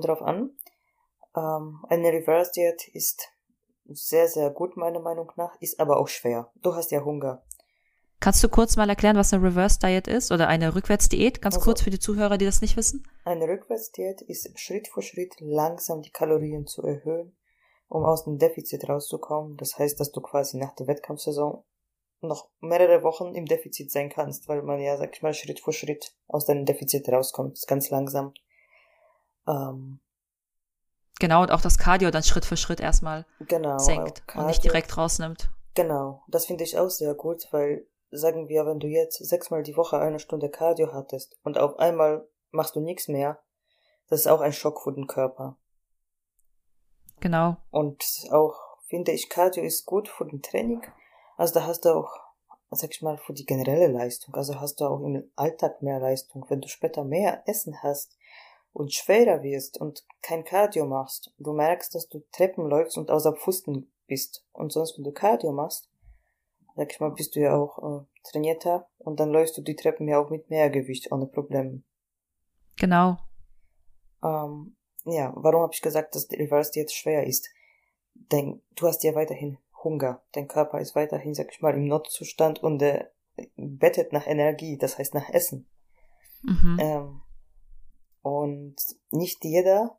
Eine Reverse Diet ist sehr, sehr gut, meiner Meinung nach, ist aber auch schwer. Du hast ja Hunger. Kannst du kurz mal erklären, was eine Reverse Diet ist oder eine Rückwärtsdiät? Ganz kurz für die Zuhörer, die das nicht wissen. Eine Rückwärtsdiät ist Schritt für Schritt langsam die Kalorien zu erhöhen, um aus dem Defizit rauszukommen. Das heißt, dass du quasi nach der Wettkampfsaison noch mehrere Wochen im Defizit sein kannst, weil man ja, sag ich mal, Schritt für Schritt aus deinem Defizit rauskommt. Das ist ganz langsam. Genau, und auch das Cardio dann Schritt für Schritt erstmal senkt und nicht direkt rausnimmt. Genau, das finde ich auch sehr gut, weil, sagen wir, wenn du jetzt 6-mal die Woche 1 Stunde Cardio hattest und auf einmal machst du nichts mehr, das ist auch ein Schock für den Körper. genau. Und auch, finde ich, Cardio ist gut für den Training. Also da hast du auch, sag ich mal, für die generelle Leistung. Also hast du auch im Alltag mehr Leistung. Wenn du später mehr Essen hast und schwerer wirst und kein Cardio machst, du merkst, dass du Treppen läufst und außer Pfosten bist. Und sonst, wenn du Cardio machst, sag ich mal, bist du ja auch trainierter und dann läufst du die Treppen ja auch mit mehr Gewicht ohne Probleme. Genau. Ja, warum habe ich gesagt, dass die Reverse Diät schwer ist? Denn du hast ja weiterhin Hunger. Dein Körper ist weiterhin, sag ich mal, im Notzustand und bettet nach Energie, das heißt nach Essen. Mhm. Und nicht jeder,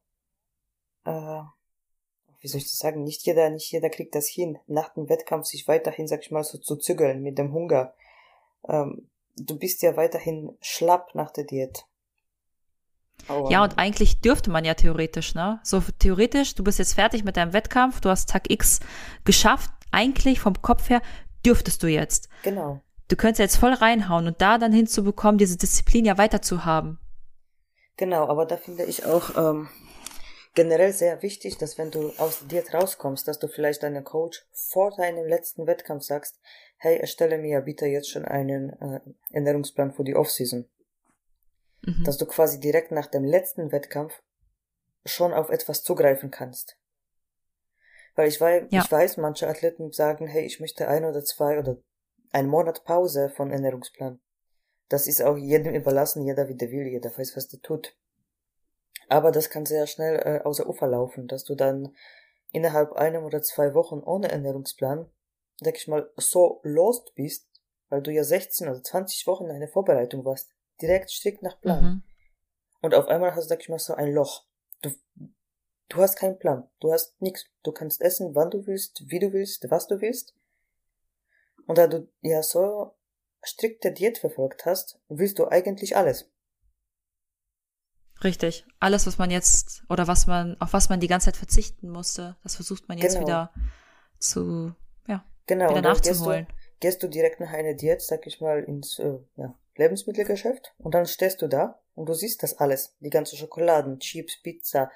wie soll ich das sagen, nicht jeder kriegt das hin, nach dem Wettkampf sich weiterhin, sag ich mal, so zu zügeln mit dem Hunger. Du bist ja weiterhin schlapp nach der Diät. Ja, und eigentlich dürfte man ja theoretisch, ne? So theoretisch, du bist jetzt fertig mit deinem Wettkampf, du hast Tag X geschafft, eigentlich vom Kopf her dürftest du jetzt. Genau. Du könntest jetzt voll reinhauen und da dann hinzubekommen, diese Disziplin ja weiter zu haben. Genau, aber da finde ich auch generell sehr wichtig, dass wenn du aus der Diät rauskommst, dass du vielleicht deinem Coach vor deinem letzten Wettkampf sagst, hey, erstelle mir ja bitte jetzt schon einen Ernährungsplan für die Offseason. Dass du quasi direkt nach dem letzten Wettkampf schon auf etwas zugreifen kannst. Weil ich weiß, manche Athleten sagen, hey, ich möchte 1 oder 2 oder 1 Monat Pause von Ernährungsplan. Das ist auch jedem überlassen, jeder wie der will, jeder weiß, was der tut. Aber das kann sehr schnell außer Ufer laufen, dass du dann innerhalb 1 oder 2 Wochen ohne Ernährungsplan, sag ich mal, so lost bist, weil du ja 16 oder 20 Wochen eine Vorbereitung warst. Direkt strikt nach Plan. Und auf einmal hast du, sag ich mal, so ein Loch. Du hast keinen Plan. Du hast nichts. Du kannst essen, wann du willst, wie du willst, was du willst. Und da du ja so strikte Diät verfolgt hast, willst du eigentlich alles. Richtig. Alles, was man jetzt, oder auf was man die ganze Zeit verzichten musste, das versucht man jetzt wieder wieder nachzuholen. Gehst du direkt nach einer Diät, sag ich mal, ins Lebensmittelgeschäft und dann stehst du da und du siehst das alles. Die ganze Schokoladen, Chips, Pizza,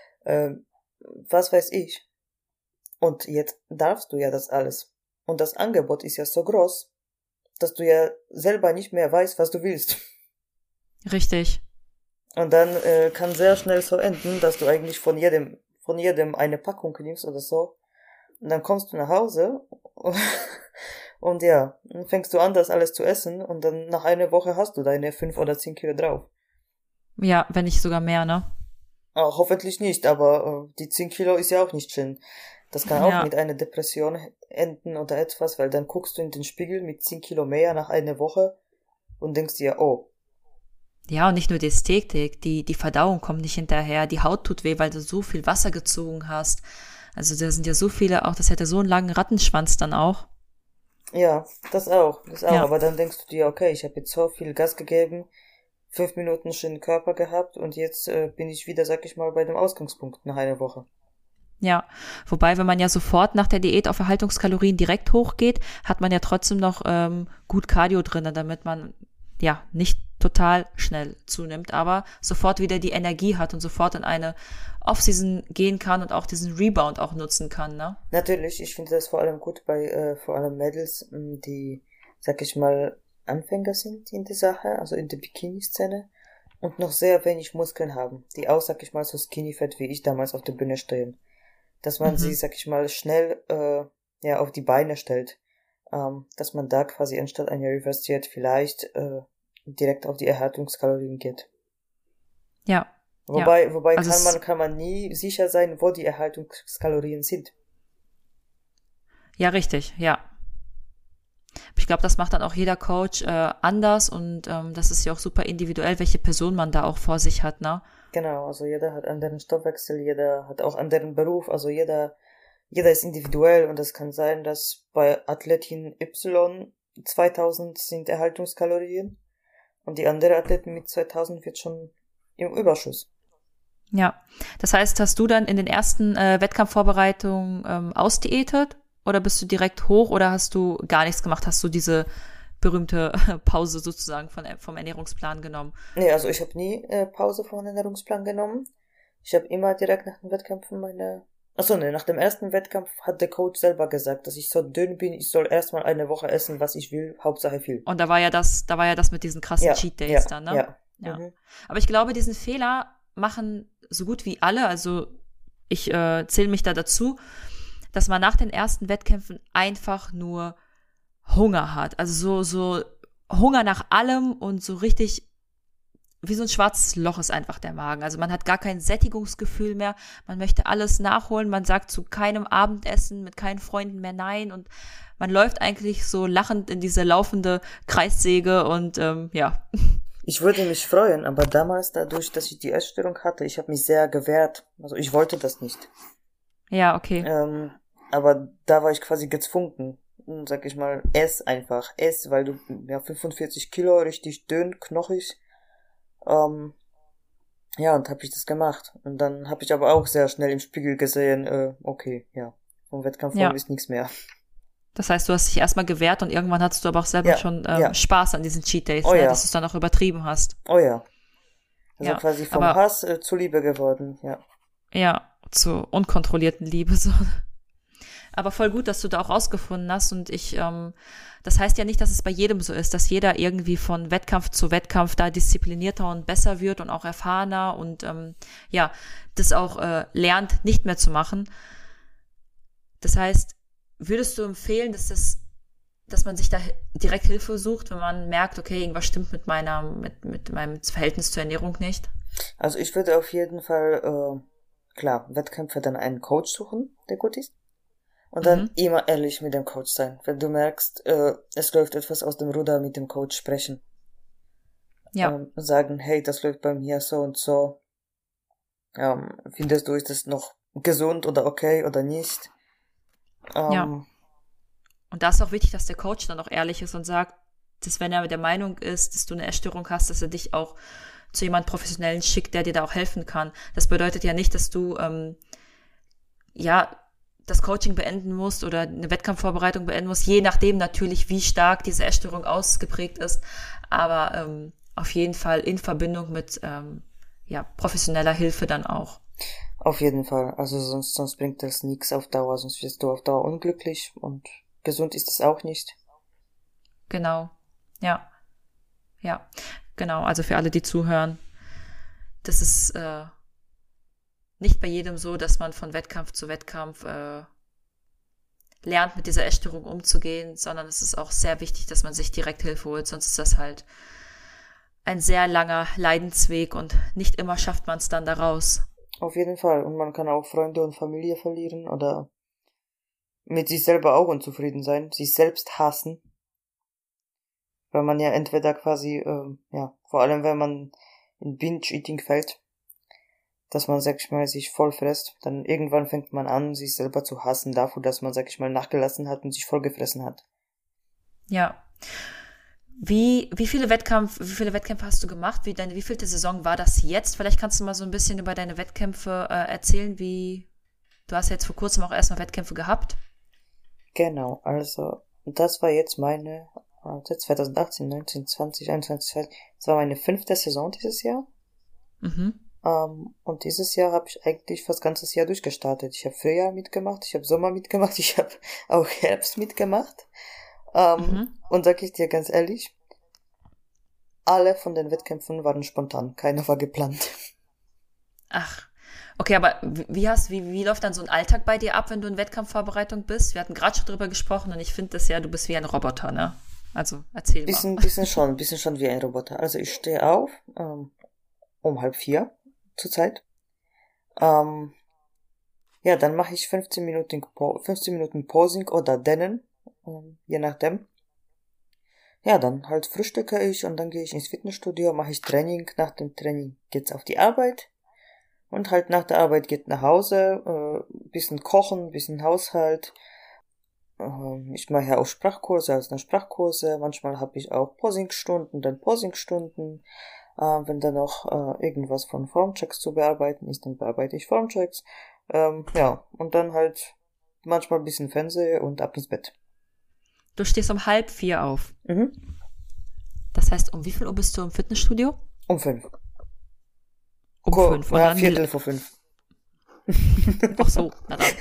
was weiß ich. Und jetzt darfst du ja das alles. Und das Angebot ist ja so groß, dass du ja selber nicht mehr weißt, was du willst. Richtig. Und dann kann sehr schnell so enden, dass du eigentlich von jedem eine Packung nimmst oder so. Und dann kommst du nach Hause und ja, dann fängst du an, das alles zu essen und dann nach einer Woche hast du deine 5 oder 10 Kilo drauf. Ja, wenn nicht sogar mehr, ne? Hoffentlich nicht, aber die 10 Kilo ist ja auch nicht schön. Das kann auch mit einer Depression enden oder etwas, weil dann guckst du in den Spiegel mit 10 Kilo mehr nach einer Woche und denkst dir, oh. Ja, und nicht nur die Ästhetik, die Verdauung kommt nicht hinterher, die Haut tut weh, weil du so viel Wasser gezogen hast. Also da sind ja so viele, auch das hätte so einen langen Rattenschwanz dann auch. Ja, das auch. Ja. Aber dann denkst du dir, okay, ich habe jetzt so viel Gas gegeben, 5 Minuten schönen Körper gehabt und jetzt bin ich wieder, sag ich mal, bei dem Ausgangspunkt nach einer Woche. Ja, wobei, wenn man ja sofort nach der Diät auf Erhaltungskalorien direkt hochgeht, hat man ja trotzdem noch gut Cardio drin, damit man ja nicht total schnell zunimmt, aber sofort wieder die Energie hat und sofort in eine Off-Season gehen kann und auch diesen Rebound auch nutzen kann, ne? Natürlich, ich finde das vor allem gut bei vor allem Mädels, die, sag ich mal, Anfänger sind in der Sache, also in der Bikini-Szene und noch sehr wenig Muskeln haben, die auch, sag ich mal, so skinny-fett wie ich damals auf der Bühne stehen. Dass man sie, sag ich mal, schnell auf die Beine stellt. Dass man da quasi anstatt einer Reverse Diät vielleicht direkt auf die Erhaltungskalorien geht. Ja. Wobei also kann man nie sicher sein, wo die Erhaltungskalorien sind. Ja, richtig, ja. Ich glaube, das macht dann auch jeder Coach anders und das ist ja auch super individuell, welche Person man da auch vor sich hat, ne? Genau, also jeder hat anderen Stoffwechsel, jeder hat auch anderen Beruf, also jeder ist individuell und es kann sein, dass bei Athletin Y 2000 sind Erhaltungskalorien und die andere Athletin mit 2000 wird schon im Überschuss. Ja, das heißt, hast du dann in den ersten Wettkampfvorbereitungen ausdiätet oder bist du direkt hoch oder hast du gar nichts gemacht? Hast du diese berühmte Pause sozusagen vom Ernährungsplan genommen? Nee, also ich habe nie Pause vom Ernährungsplan genommen. Ich habe immer direkt nach den Wettkämpfen meine Achso, ne, nach dem ersten Wettkampf hat der Coach selber gesagt, dass ich so dünn bin, ich soll erstmal eine Woche essen, was ich will, Hauptsache viel. Und da war ja das mit diesen krassen Cheat Days dann, ne? Ja. Aber ich glaube, diesen Fehler machen so gut wie alle, also ich zähle mich da dazu, dass man nach den ersten Wettkämpfen einfach nur Hunger hat. Also so Hunger nach allem und so richtig wie so ein schwarzes Loch ist einfach der Magen. Also man hat gar kein Sättigungsgefühl mehr. Man möchte alles nachholen. Man sagt zu keinem Abendessen mit keinen Freunden mehr nein. Und man läuft eigentlich so lachend in diese laufende Kreissäge und ja. Ich würde mich freuen, aber damals dadurch, dass ich die Essstörung hatte, ich habe mich sehr gewehrt. Also ich wollte das nicht. Ja, okay. Aber da war ich quasi gezwungen. Sag ich mal, ess einfach. Ess, weil du 45 Kilo, richtig dünn, knochig. Ja, und habe ich das gemacht. Und dann habe ich aber auch sehr schnell im Spiegel gesehen, okay, ja, vom Wettkampfform ist nichts mehr. Das heißt, du hast dich erstmal gewehrt und irgendwann hattest du aber auch selber schon Spaß an diesen Cheat Days, dass du es dann auch übertrieben hast. Oh ja. Also quasi vom Hass zu Liebe geworden, ja. Ja, zur unkontrollierten Liebe, so. Aber voll gut, dass du da auch rausgefunden hast und das heißt ja nicht, dass es bei jedem so ist, dass jeder irgendwie von Wettkampf zu Wettkampf da disziplinierter und besser wird und auch erfahrener und das auch lernt, nicht mehr zu machen. Das heißt, würdest du empfehlen, dass man sich da direkt Hilfe sucht, wenn man merkt, okay, irgendwas stimmt mit meinem Verhältnis zur Ernährung nicht? Also ich würde auf jeden Fall, Wettkämpfe dann einen Coach suchen, der gut ist. Und dann immer ehrlich mit dem Coach sein. Wenn du merkst, es läuft etwas aus dem Ruder, mit dem Coach sprechen. Ja. Sagen, hey, das läuft bei mir so und so. Findest du, ist das noch gesund oder okay oder nicht? Ja. Und da ist auch wichtig, dass der Coach dann auch ehrlich ist und sagt, dass wenn er der Meinung ist, dass du eine Essstörung hast, dass er dich auch zu jemand Professionellen schickt, der dir da auch helfen kann. Das bedeutet ja nicht, dass du das Coaching beenden musst oder eine Wettkampfvorbereitung beenden musst, je nachdem natürlich, wie stark diese Essstörung ausgeprägt ist, aber auf jeden Fall in Verbindung mit professioneller Hilfe dann auch. Auf jeden Fall, also sonst bringt das nichts auf Dauer, sonst wirst du auf Dauer unglücklich und gesund ist das auch nicht. Genau, ja, genau, also für alle, die zuhören, das ist nicht bei jedem so, dass man von Wettkampf zu Wettkampf lernt, mit dieser Essstörung umzugehen, sondern es ist auch sehr wichtig, dass man sich direkt Hilfe holt, sonst ist das halt ein sehr langer Leidensweg und nicht immer schafft man es dann da raus. Auf jeden Fall. Und man kann auch Freunde und Familie verlieren oder mit sich selber auch unzufrieden sein, sich selbst hassen. Weil man ja entweder quasi, vor allem wenn man in Binge-Eating fällt, dass man, sag ich mal, sich voll frisst, dann irgendwann fängt man an, sich selber zu hassen dafür, dass man, sag ich mal, nachgelassen hat und sich voll gefressen hat. Ja. Wie viele Wettkämpfe hast du gemacht? Wie vielte Saison war das jetzt? Vielleicht kannst du mal so ein bisschen über deine Wettkämpfe erzählen, du hast jetzt vor kurzem auch erstmal Wettkämpfe gehabt. Genau, also das war jetzt meine 2018, 19, 20, 21, 22, das war meine 5. Saison dieses Jahr. Und dieses Jahr habe ich eigentlich fast ganzes Jahr durchgestartet. Ich habe Frühjahr mitgemacht, ich habe Sommer mitgemacht, ich habe auch Herbst mitgemacht. Und sag ich dir ganz ehrlich, alle von den Wettkämpfen waren spontan, keiner war geplant. Ach, okay, aber wie läuft dann so ein Alltag bei dir ab, wenn du in Wettkampfvorbereitung bist? Wir hatten gerade schon drüber gesprochen und ich finde das ja, du bist wie ein Roboter, ne? Also erzähl mal. Bisschen schon wie ein Roboter. Also ich stehe auf um 3:30 zurzeit. Dann mache ich 15 Minuten Posing oder Dennen, je nachdem. Ja, dann halt frühstücke ich und dann gehe ich ins Fitnessstudio, mache ich Training. Nach dem Training geht's auf die Arbeit und halt nach der Arbeit geht nach Hause, bisschen kochen, bisschen Haushalt. Ich mache ja auch Sprachkurse, also dann Sprachkurse. Manchmal habe ich auch Posingstunden, dann Posingstunden. Wenn da noch irgendwas von Formchecks zu bearbeiten ist, dann bearbeite ich Formchecks. Und dann halt manchmal ein bisschen Fernsehen und ab ins Bett. Du stehst um 3:30 auf. Das heißt, um wie viel Uhr bist du im Fitnessstudio? Um 5. Um 5. Und ja, dann 4:45. Ach so, na dann.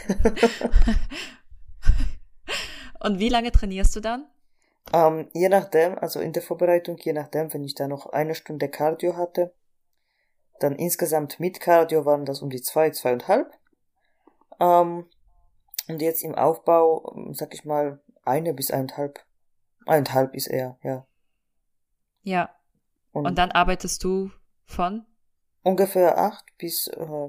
Und wie lange trainierst du dann? Je nachdem, also in der Vorbereitung, je nachdem, wenn ich da noch 1 Stunde Cardio hatte, dann insgesamt mit Cardio waren das um die 2,5. Und jetzt im Aufbau, sag ich mal, 1 bis 1,5. 1,5 ist eher, ja. Ja. Und dann arbeitest du von? Ungefähr 8 bis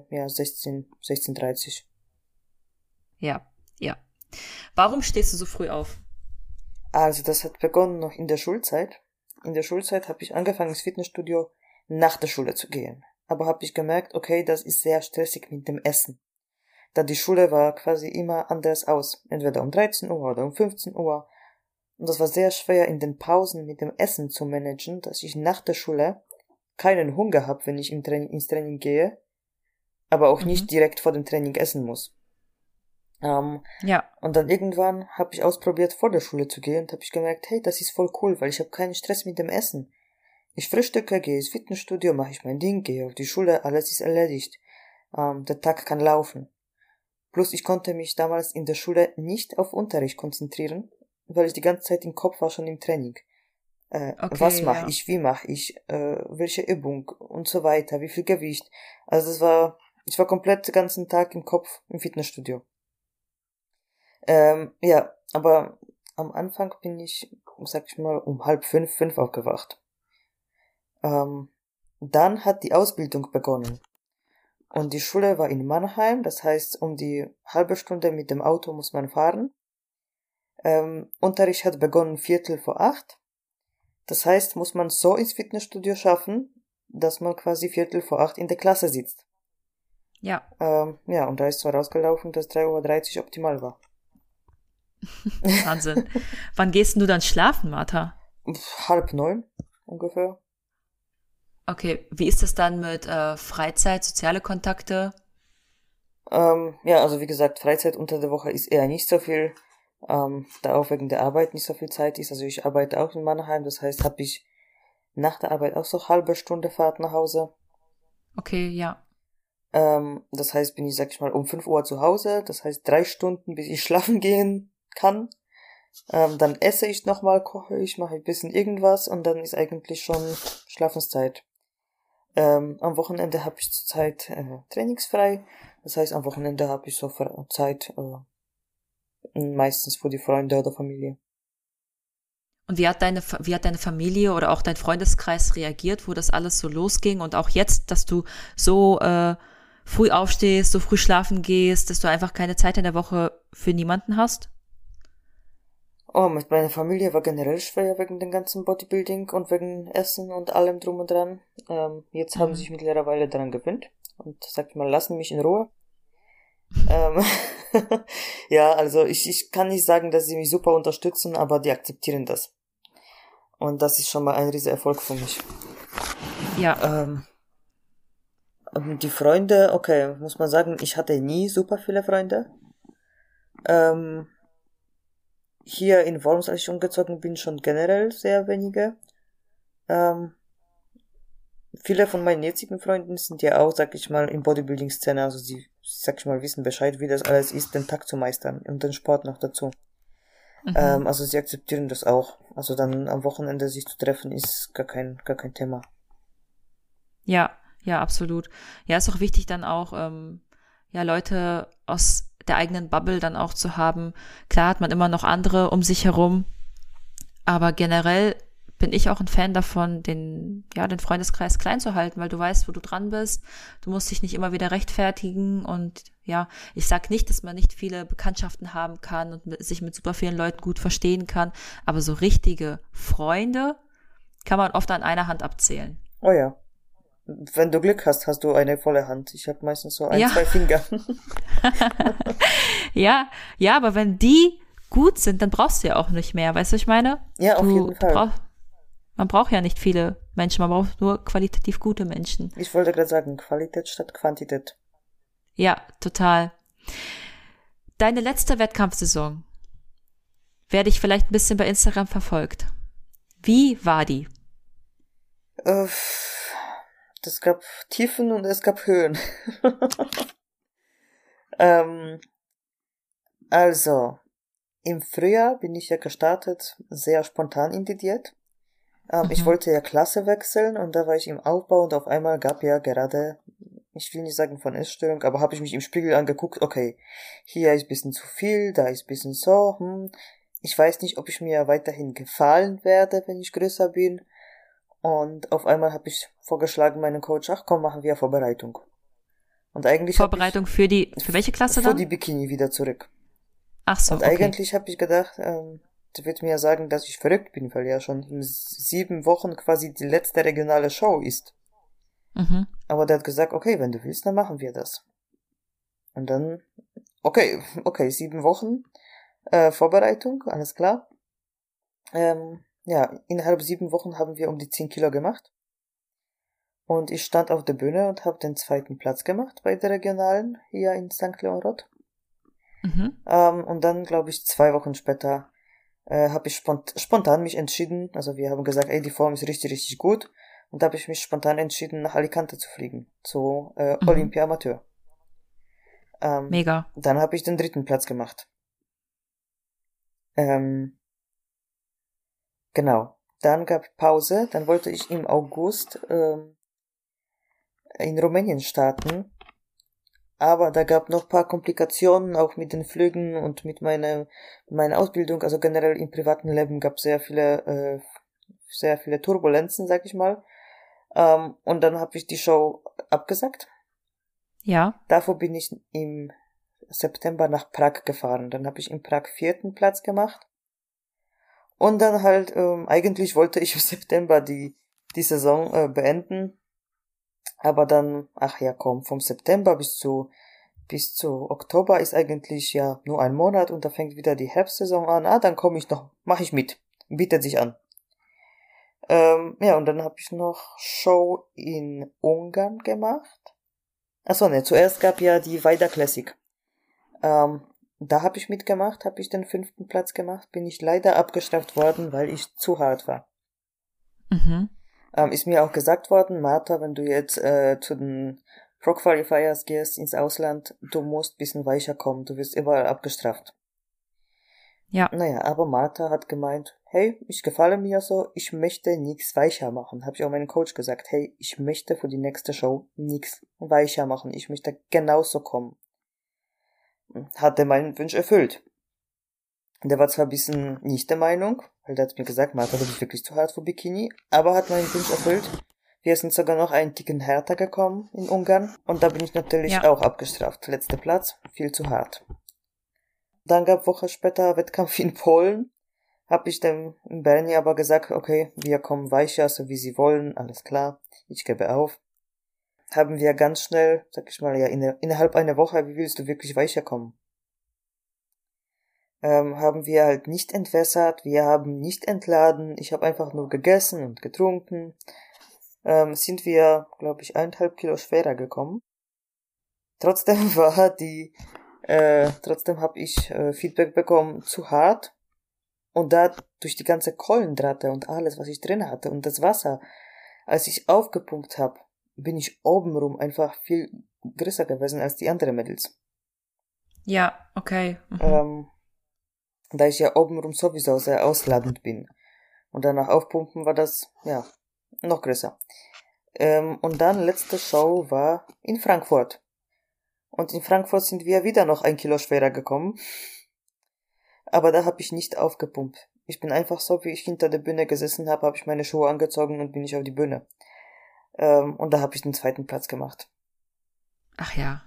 16:30. Ja. Warum stehst du so früh auf? Also das hat begonnen noch in der Schulzeit. In der Schulzeit habe ich angefangen, ins Fitnessstudio nach der Schule zu gehen. Aber habe ich gemerkt, okay, das ist sehr stressig mit dem Essen. Da die Schule war quasi immer anders aus. Entweder um 13 Uhr oder um 15 Uhr. Und das war sehr schwer in den Pausen mit dem Essen zu managen, dass ich nach der Schule keinen Hunger habe, wenn ich ins Training gehe, aber auch nicht direkt vor dem Training essen muss. Ja. Und dann irgendwann habe ich ausprobiert, vor der Schule zu gehen und habe ich gemerkt, hey, das ist voll cool, weil ich habe keinen Stress mit dem Essen. Ich frühstücke, gehe ins Fitnessstudio, mache ich mein Ding, gehe auf die Schule, alles ist erledigt. Der Tag kann laufen. Plus ich konnte mich damals in der Schule nicht auf Unterricht konzentrieren, weil ich die ganze Zeit im Kopf war schon im Training. Okay, was mache ich, wie mache ich, welche Übung und so weiter, wie viel Gewicht. Also ich war komplett den ganzen Tag im Kopf im Fitnessstudio. Ja, aber am Anfang bin ich, sag ich mal, um 4:30 aufgewacht. Dann hat die Ausbildung begonnen. Und die Schule war in Mannheim, das heißt, um die halbe Stunde mit dem Auto muss man fahren. Unterricht hat begonnen 7:45. Das heißt, muss man so ins Fitnessstudio schaffen, dass man quasi 7:45 in der Klasse sitzt. Ja. Ja, und da ist zwar rausgelaufen, dass 3:30 Uhr optimal war. Wahnsinn. Wann gehst du dann schlafen, Martha? 8:30 ungefähr. Okay, wie ist das dann mit Freizeit, soziale Kontakte? Ja, also wie gesagt, Freizeit unter der Woche ist eher nicht so viel, da auch wegen der Arbeit nicht so viel Zeit ist. Also ich arbeite auch in Mannheim, das heißt, habe ich nach der Arbeit auch so halbe Stunde Fahrt nach Hause. Okay, ja. Das heißt, bin ich, sag ich mal, um 5 Uhr zu Hause, das heißt 3 Stunden, bis ich schlafen gehen kann. Dann esse ich nochmal, koche ich, mache ein bisschen irgendwas und dann ist eigentlich schon Schlafenszeit. Am Wochenende habe ich zurzeit trainingsfrei. Das heißt, am Wochenende habe ich so Zeit meistens für die Freunde oder Familie. Und wie hat deine Familie oder auch dein Freundeskreis reagiert, wo das alles so losging und auch jetzt, dass du so früh aufstehst, so früh schlafen gehst, dass du einfach keine Zeit in der Woche für niemanden hast? Oh, mit meiner Familie war generell schwer wegen dem ganzen Bodybuilding und wegen Essen und allem drum und dran. Jetzt haben sie sich mittlerweile daran gewöhnt und sagt mal, lassen mich in Ruhe. Ja, also ich kann nicht sagen, dass sie mich super unterstützen, aber die akzeptieren das. Und das ist schon mal ein riesiger Erfolg für mich. Ja. Die Freunde, okay, muss man sagen, ich hatte nie super viele Freunde. Hier in Worms, als ich umgezogen bin, schon generell sehr wenige. Viele von meinen jetzigen Freunden sind ja auch, sag ich mal, in Bodybuilding-Szene, also sie, sag ich mal, wissen Bescheid, wie das alles ist, den Tag zu meistern und den Sport noch dazu. Also sie akzeptieren das auch. Also dann am Wochenende sich zu treffen, ist gar kein Thema. Ja, absolut. Ja, ist auch wichtig dann auch, Leute aus der eigenen Bubble dann auch zu haben. Klar hat man immer noch andere um sich herum, aber generell bin ich auch ein Fan davon, den Freundeskreis klein zu halten, weil du weißt, wo du dran bist. Du musst dich nicht immer wieder rechtfertigen und ja, ich sag nicht, dass man nicht viele Bekanntschaften haben kann und sich mit super vielen Leuten gut verstehen kann, aber so richtige Freunde kann man oft an einer Hand abzählen. Oh ja. Wenn du Glück hast, hast du eine volle Hand. Ich habe meistens so 2 Finger. Ja, aber wenn die gut sind, dann brauchst du ja auch nicht mehr. Weißt du, was ich meine? Ja, auf jeden Fall. Man braucht ja nicht viele Menschen, man braucht nur qualitativ gute Menschen. Ich wollte gerade sagen, Qualität statt Quantität. Ja, total. Deine letzte Wettkampfsaison werde ich vielleicht ein bisschen bei Instagram verfolgt. Wie war die? Es gab Tiefen und es gab Höhen. Also, im Frühjahr bin ich ja gestartet, sehr spontan in die Diät. Ich wollte ja Klasse wechseln und da war ich im Aufbau und auf einmal gab ja gerade, ich will nicht sagen von Essstörung, aber habe ich mich im Spiegel angeguckt, okay, hier ist ein bisschen zu viel, da ist ein bisschen so, ich weiß nicht, ob ich mir weiterhin gefallen werde, wenn ich größer bin. Und auf einmal habe ich vorgeschlagen, meinen Coach, ach komm, machen wir Vorbereitung. Und eigentlich Vorbereitung für welche Klasse dann? Für die Bikini wieder zurück. Ach so, und eigentlich habe ich gedacht, der wird mir sagen, dass ich verrückt bin, weil ja schon in 7 Wochen quasi die letzte regionale Show ist. Aber der hat gesagt, okay, wenn du willst, dann machen wir das. Und dann, okay, 7 Wochen Vorbereitung, alles klar. Ja, innerhalb 7 Wochen haben wir um die 10 Kilo gemacht. Und ich stand auf der Bühne und habe den 2. Platz gemacht bei der Regionalen hier in St. Leon-Roth. Und dann, glaube ich, 2 Wochen später habe ich spontan mich entschieden, also wir haben gesagt, ey, die Form ist richtig, richtig gut. Und da habe ich mich spontan entschieden, nach Alicante zu fliegen, zu Olympia Amateur. Mega. Dann habe ich den 3. Platz gemacht. Genau. Dann gab Pause, dann wollte ich im August in Rumänien starten. Aber da gab noch ein paar Komplikationen, auch mit den Flügen und mit meiner Ausbildung. Also generell im privaten Leben gab es sehr viele Turbulenzen, sag ich mal. Und dann habe ich die Show abgesagt. Ja. Davor bin ich im September nach Prag gefahren. Dann habe ich in Prag 4. Platz gemacht. Und dann halt, eigentlich wollte ich im September die Saison beenden. Aber dann, ach ja, komm, vom September bis zu Oktober ist eigentlich ja nur ein Monat und da fängt wieder die Herbstsaison an. Dann mache ich mit. Bietet sich an. Ja, und dann habe ich noch Show in Ungarn gemacht. Achso, ne, zuerst gab ja die Vajda Classic. Da habe ich mitgemacht, habe ich den 5. Platz gemacht, bin ich leider abgestraft worden, weil ich zu hart war. Ist mir auch gesagt worden, Martha, wenn du jetzt zu den Pro Qualifiers gehst ins Ausland, du musst ein bisschen weicher kommen, du wirst überall abgestraft. Ja. Naja, aber Martha hat gemeint, hey, ich gefalle mir so, ich möchte nichts weicher machen. Habe ich auch meinem Coach gesagt, hey, ich möchte für die nächste Show nichts weicher machen, ich möchte genauso kommen. Hat er meinen Wunsch erfüllt. Der war zwar ein bisschen nicht der Meinung, weil der hat mir gesagt, Martha, du bist wirklich zu hart für Bikini, aber hat meinen Wunsch erfüllt. Wir sind sogar noch einen Ticken härter gekommen in Ungarn und da bin ich natürlich auch abgestraft. Letzter Platz, viel zu hart. Dann gab Woche später Wettkampf in Polen. Hab ich dem Bernie aber gesagt, okay, wir kommen weicher, so wie sie wollen, alles klar, ich gebe auf. Haben wir ganz schnell, sag ich mal, ja, innerhalb einer Woche, wie willst du wirklich weicher kommen? Haben wir halt nicht entwässert, wir haben nicht entladen, ich habe einfach nur gegessen und getrunken. Sind wir, glaube ich, 1,5 Kilo schwerer gekommen. Trotzdem habe ich Feedback bekommen, zu hart. Und da durch die ganze Kohlenhydrate und alles, was ich drin hatte und das Wasser, als ich aufgepumpt habe, bin ich obenrum einfach viel größer gewesen als die anderen Mädels. Ja, okay. Da ich ja obenrum sowieso sehr ausladend bin. Und danach aufpumpen war das, ja, noch größer. Und dann letzte Show war in Frankfurt. Und in Frankfurt sind wir wieder noch 1 Kilo schwerer gekommen. Aber da habe ich nicht aufgepumpt. Ich bin einfach so, wie ich hinter der Bühne gesessen habe ich meine Schuhe angezogen und bin ich auf die Bühne. Und da habe ich den 2. Platz gemacht. Ach ja.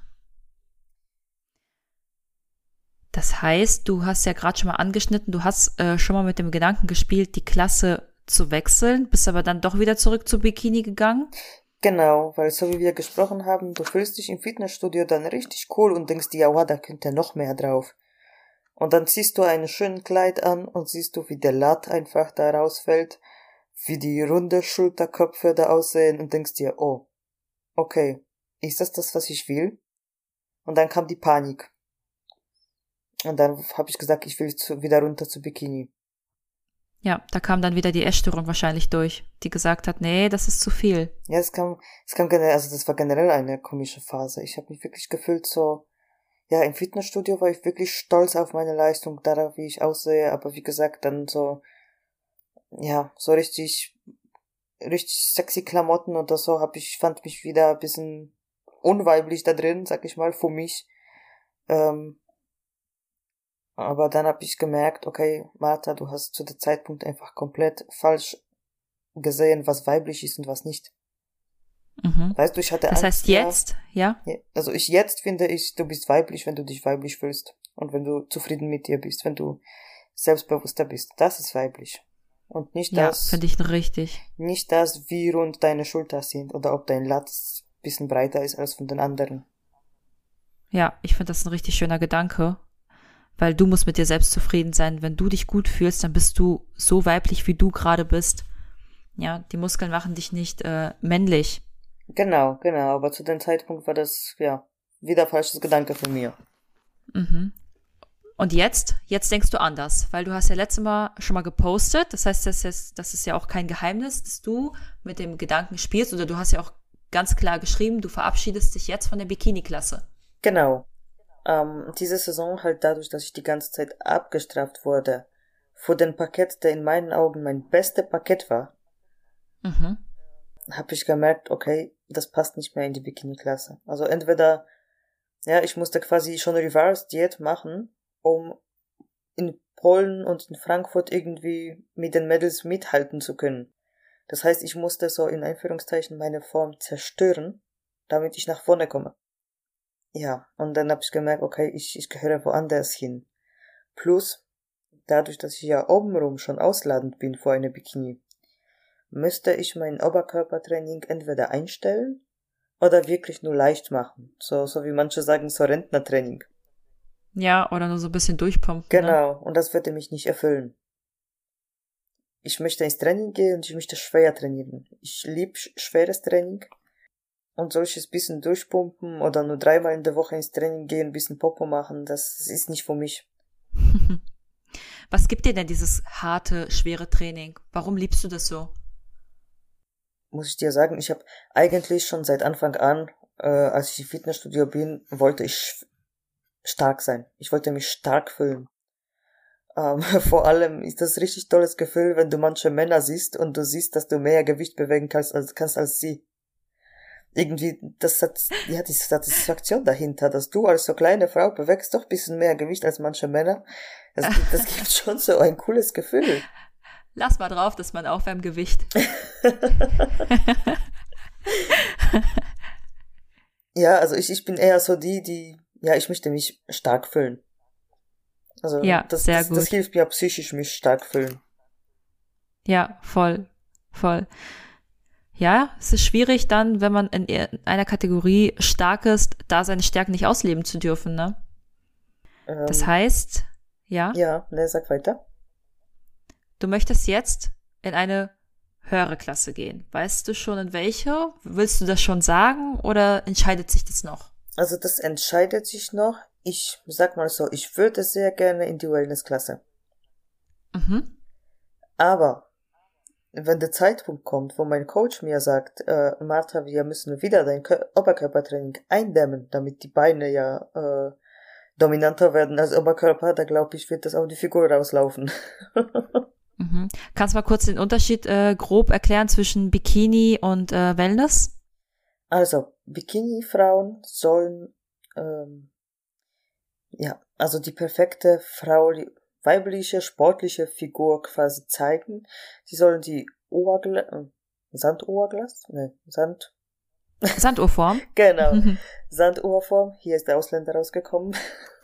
Das heißt, du hast ja gerade schon mal angeschnitten, du hast schon mal mit dem Gedanken gespielt, die Klasse zu wechseln, bist aber dann doch wieder zurück zu Bikini gegangen? Genau, weil so wie wir gesprochen haben, du fühlst dich im Fitnessstudio dann richtig cool und denkst dir, ja, da könnte noch mehr drauf. Und dann ziehst du einen schönen Kleid an und siehst du, wie der Latt einfach da rausfällt, wie die runde Schulterköpfe da aussehen und denkst dir, oh, okay, ist das, was ich will? Und dann kam die Panik. Und dann habe ich gesagt, ich will wieder runter zu Bikini. Ja, da kam dann wieder die Essstörung wahrscheinlich durch, die gesagt hat, nee, das ist zu viel. Ja, es kam generell, also das war generell eine komische Phase. Ich habe mich wirklich gefühlt so, ja, im Fitnessstudio war ich wirklich stolz auf meine Leistung, darauf, wie ich aussehe, aber wie gesagt, dann so, ja, so richtig sexy Klamotten oder so fand mich wieder ein bisschen unweiblich da drin, sag ich mal, für mich. Aber dann habe ich gemerkt, okay, Martha, du hast zu dem Zeitpunkt einfach komplett falsch gesehen, was weiblich ist und was nicht. Mhm. Weißt du, ich hatte Das Angst, heißt jetzt, ja? Also jetzt finde ich, du bist weiblich, wenn du dich weiblich fühlst. Und wenn du zufrieden mit dir bist, wenn du selbstbewusster bist. Das ist weiblich. Und nicht Ja, finde ich richtig. Nicht das, wie rund deine Schulter sind oder ob dein Latz ein bisschen breiter ist als von den anderen. Ja, ich finde das ein richtig schöner Gedanke, weil du musst mit dir selbst zufrieden sein. Wenn du dich gut fühlst, dann bist du so weiblich, wie du gerade bist. Ja, die Muskeln machen dich nicht männlich. Genau. Aber zu dem Zeitpunkt war das, ja, wieder falsches Gedanke von mir. Mhm. Und jetzt denkst du anders, weil du hast ja letztes Mal schon mal gepostet. Das heißt, das ist ja auch kein Geheimnis, dass du mit dem Gedanken spielst, oder du hast ja auch ganz klar geschrieben, du verabschiedest dich jetzt von der Bikini-Klasse. Genau. Diese Saison halt dadurch, dass ich die ganze Zeit abgestraft wurde, für den Parkett, der in meinen Augen mein bestes Parkett war, habe ich gemerkt, okay, das passt nicht mehr in die Bikini-Klasse. Also entweder, ja, ich musste quasi schon Reverse-Diät machen, um in Polen und in Frankfurt irgendwie mit den Mädels mithalten zu können. Das heißt, ich musste so in Anführungszeichen meine Form zerstören, damit ich nach vorne komme. Ja, und dann habe ich gemerkt, okay, ich gehöre woanders hin. Plus, dadurch, dass ich ja obenrum schon ausladend bin vor einer Bikini, müsste ich mein Oberkörpertraining entweder einstellen oder wirklich nur leicht machen. So wie manche sagen, so Rentnertraining. Ja, oder nur so ein bisschen durchpumpen. Genau, ne? und das würde mich nicht erfüllen. Ich möchte ins Training gehen und ich möchte schwer trainieren. Ich liebe schweres Training. Und solches bisschen durchpumpen oder nur 3-mal in der Woche ins Training gehen, ein bisschen Popo machen, das ist nicht für mich. Was gibt dir denn dieses harte, schwere Training? Warum liebst du das so? Muss ich dir sagen, ich habe eigentlich schon seit Anfang an, als ich im Fitnessstudio bin, wollte ich stark sein. Ich wollte mich stark fühlen. Vor allem ist das ein richtig tolles Gefühl, wenn du manche Männer siehst und du siehst, dass du mehr Gewicht bewegen kannst als sie. Irgendwie, die Satisfaktion dahinter, dass du als so kleine Frau bewegst doch ein bisschen mehr Gewicht als manche Männer. Das gibt schon so ein cooles Gefühl. Lass mal drauf, dass man auch beim Gewicht. Ja, also ich bin eher so ja, ich möchte mich stark fühlen. Also ja, das gut. hilft mir psychisch, mich stark fühlen. Ja, voll. Ja, es ist schwierig dann, wenn man in einer Kategorie stark ist, da seine Stärken nicht ausleben zu dürfen, ne? Das heißt, ja? Ja, ne, sag weiter. Du möchtest jetzt in eine höhere Klasse gehen. Weißt du schon in welche? Willst du das schon sagen oder entscheidet sich das noch? Also das entscheidet sich noch. Ich sag mal so, ich würde sehr gerne in die Wellness-Klasse. Mhm. Aber wenn der Zeitpunkt kommt, wo mein Coach mir sagt, Martha, wir müssen wieder dein Oberkörpertraining eindämmen, damit die Beine ja dominanter werden als Oberkörper, da glaube ich, wird das auf die Figur rauslaufen. Mhm. Kannst du mal kurz den Unterschied grob erklären zwischen Bikini und Wellness? Also, Bikini-Frauen sollen also die perfekte weibliche, sportliche Figur quasi zeigen. Sie sollen die Sanduhrglas? Ne, Sanduhrform? Genau. Sanduhrform. Hier ist der Ausländer rausgekommen.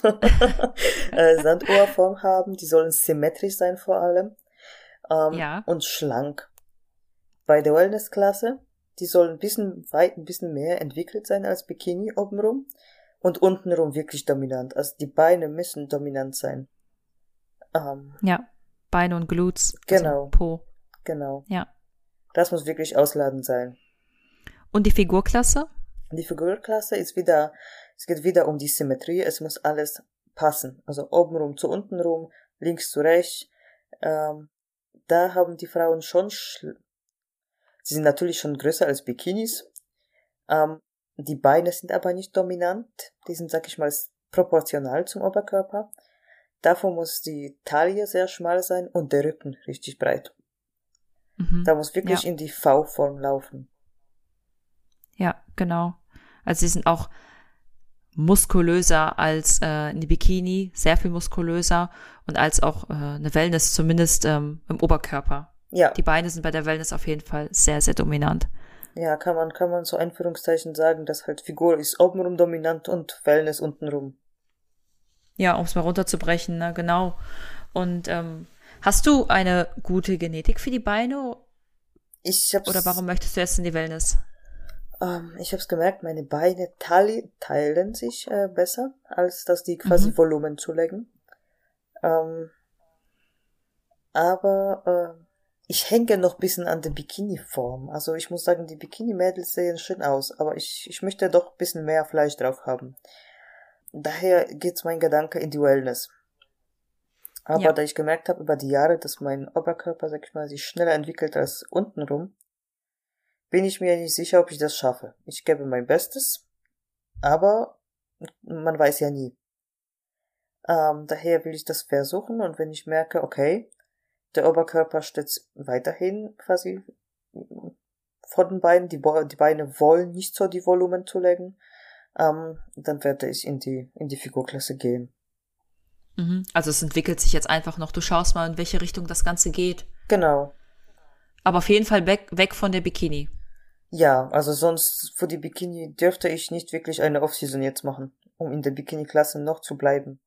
Sanduhrform haben. Die sollen symmetrisch sein vor allem. Ja. Und schlank. Bei der Wellness-Klasse, die sollen ein bisschen mehr entwickelt sein als Bikini obenrum. Und untenrum wirklich dominant. Also die Beine müssen dominant sein. Ja, Beine und Glutes. Genau. Also Po. Genau. Ja. Das muss wirklich ausladend sein. Und die Figurklasse? Die Figurklasse es geht wieder um die Symmetrie. Es muss alles passen. Also obenrum zu untenrum, links zu rechts. Da haben die Frauen schon, sie sind natürlich schon größer als Bikinis. Die Beine sind aber nicht dominant. Die sind, sag ich mal, proportional zum Oberkörper. Davor muss die Taille sehr schmal sein und der Rücken richtig breit. Da muss wirklich in die V-Form laufen. Ja, genau. Also sie sind auch muskulöser als eine Bikini, sehr viel muskulöser und als auch eine Wellness, zumindest im Oberkörper. Ja. Die Beine sind bei der Wellness auf jeden Fall sehr, sehr dominant. Ja, kann man so Anführungszeichen sagen, dass halt Figur ist obenrum dominant und Wellness untenrum. Ja, um es mal runterzubrechen, ne, genau. Und hast du eine gute Genetik für die Beine? Oder warum möchtest du jetzt in die Wellness? Ich habe es gemerkt, meine Beine teilen sich besser, als dass die quasi Volumen zulegen. Aber ich hänge noch ein bisschen an der Bikini-Form. Also ich muss sagen, die Bikini-Mädels sehen schön aus, aber ich möchte doch ein bisschen mehr Fleisch drauf haben. Daher geht's mein Gedanke in die Wellness. Aber da ich gemerkt habe über die Jahre, dass mein Oberkörper, sag ich mal, sich schneller entwickelt als untenrum, bin ich mir nicht sicher, ob ich das schaffe. Ich gebe mein Bestes, aber man weiß ja nie. Daher will ich das versuchen und wenn ich merke, okay, der Oberkörper steht weiterhin quasi vor den Beinen, die Beine wollen nicht so die Volumen zulegen, dann werde ich in die Figurklasse gehen. Also es entwickelt sich jetzt einfach noch, du schaust mal, in welche Richtung das Ganze geht. Genau. Aber auf jeden Fall weg von der Bikini. Ja, also sonst für die Bikini dürfte ich nicht wirklich eine Off-Season jetzt machen, um in der Bikini-Klasse noch zu bleiben.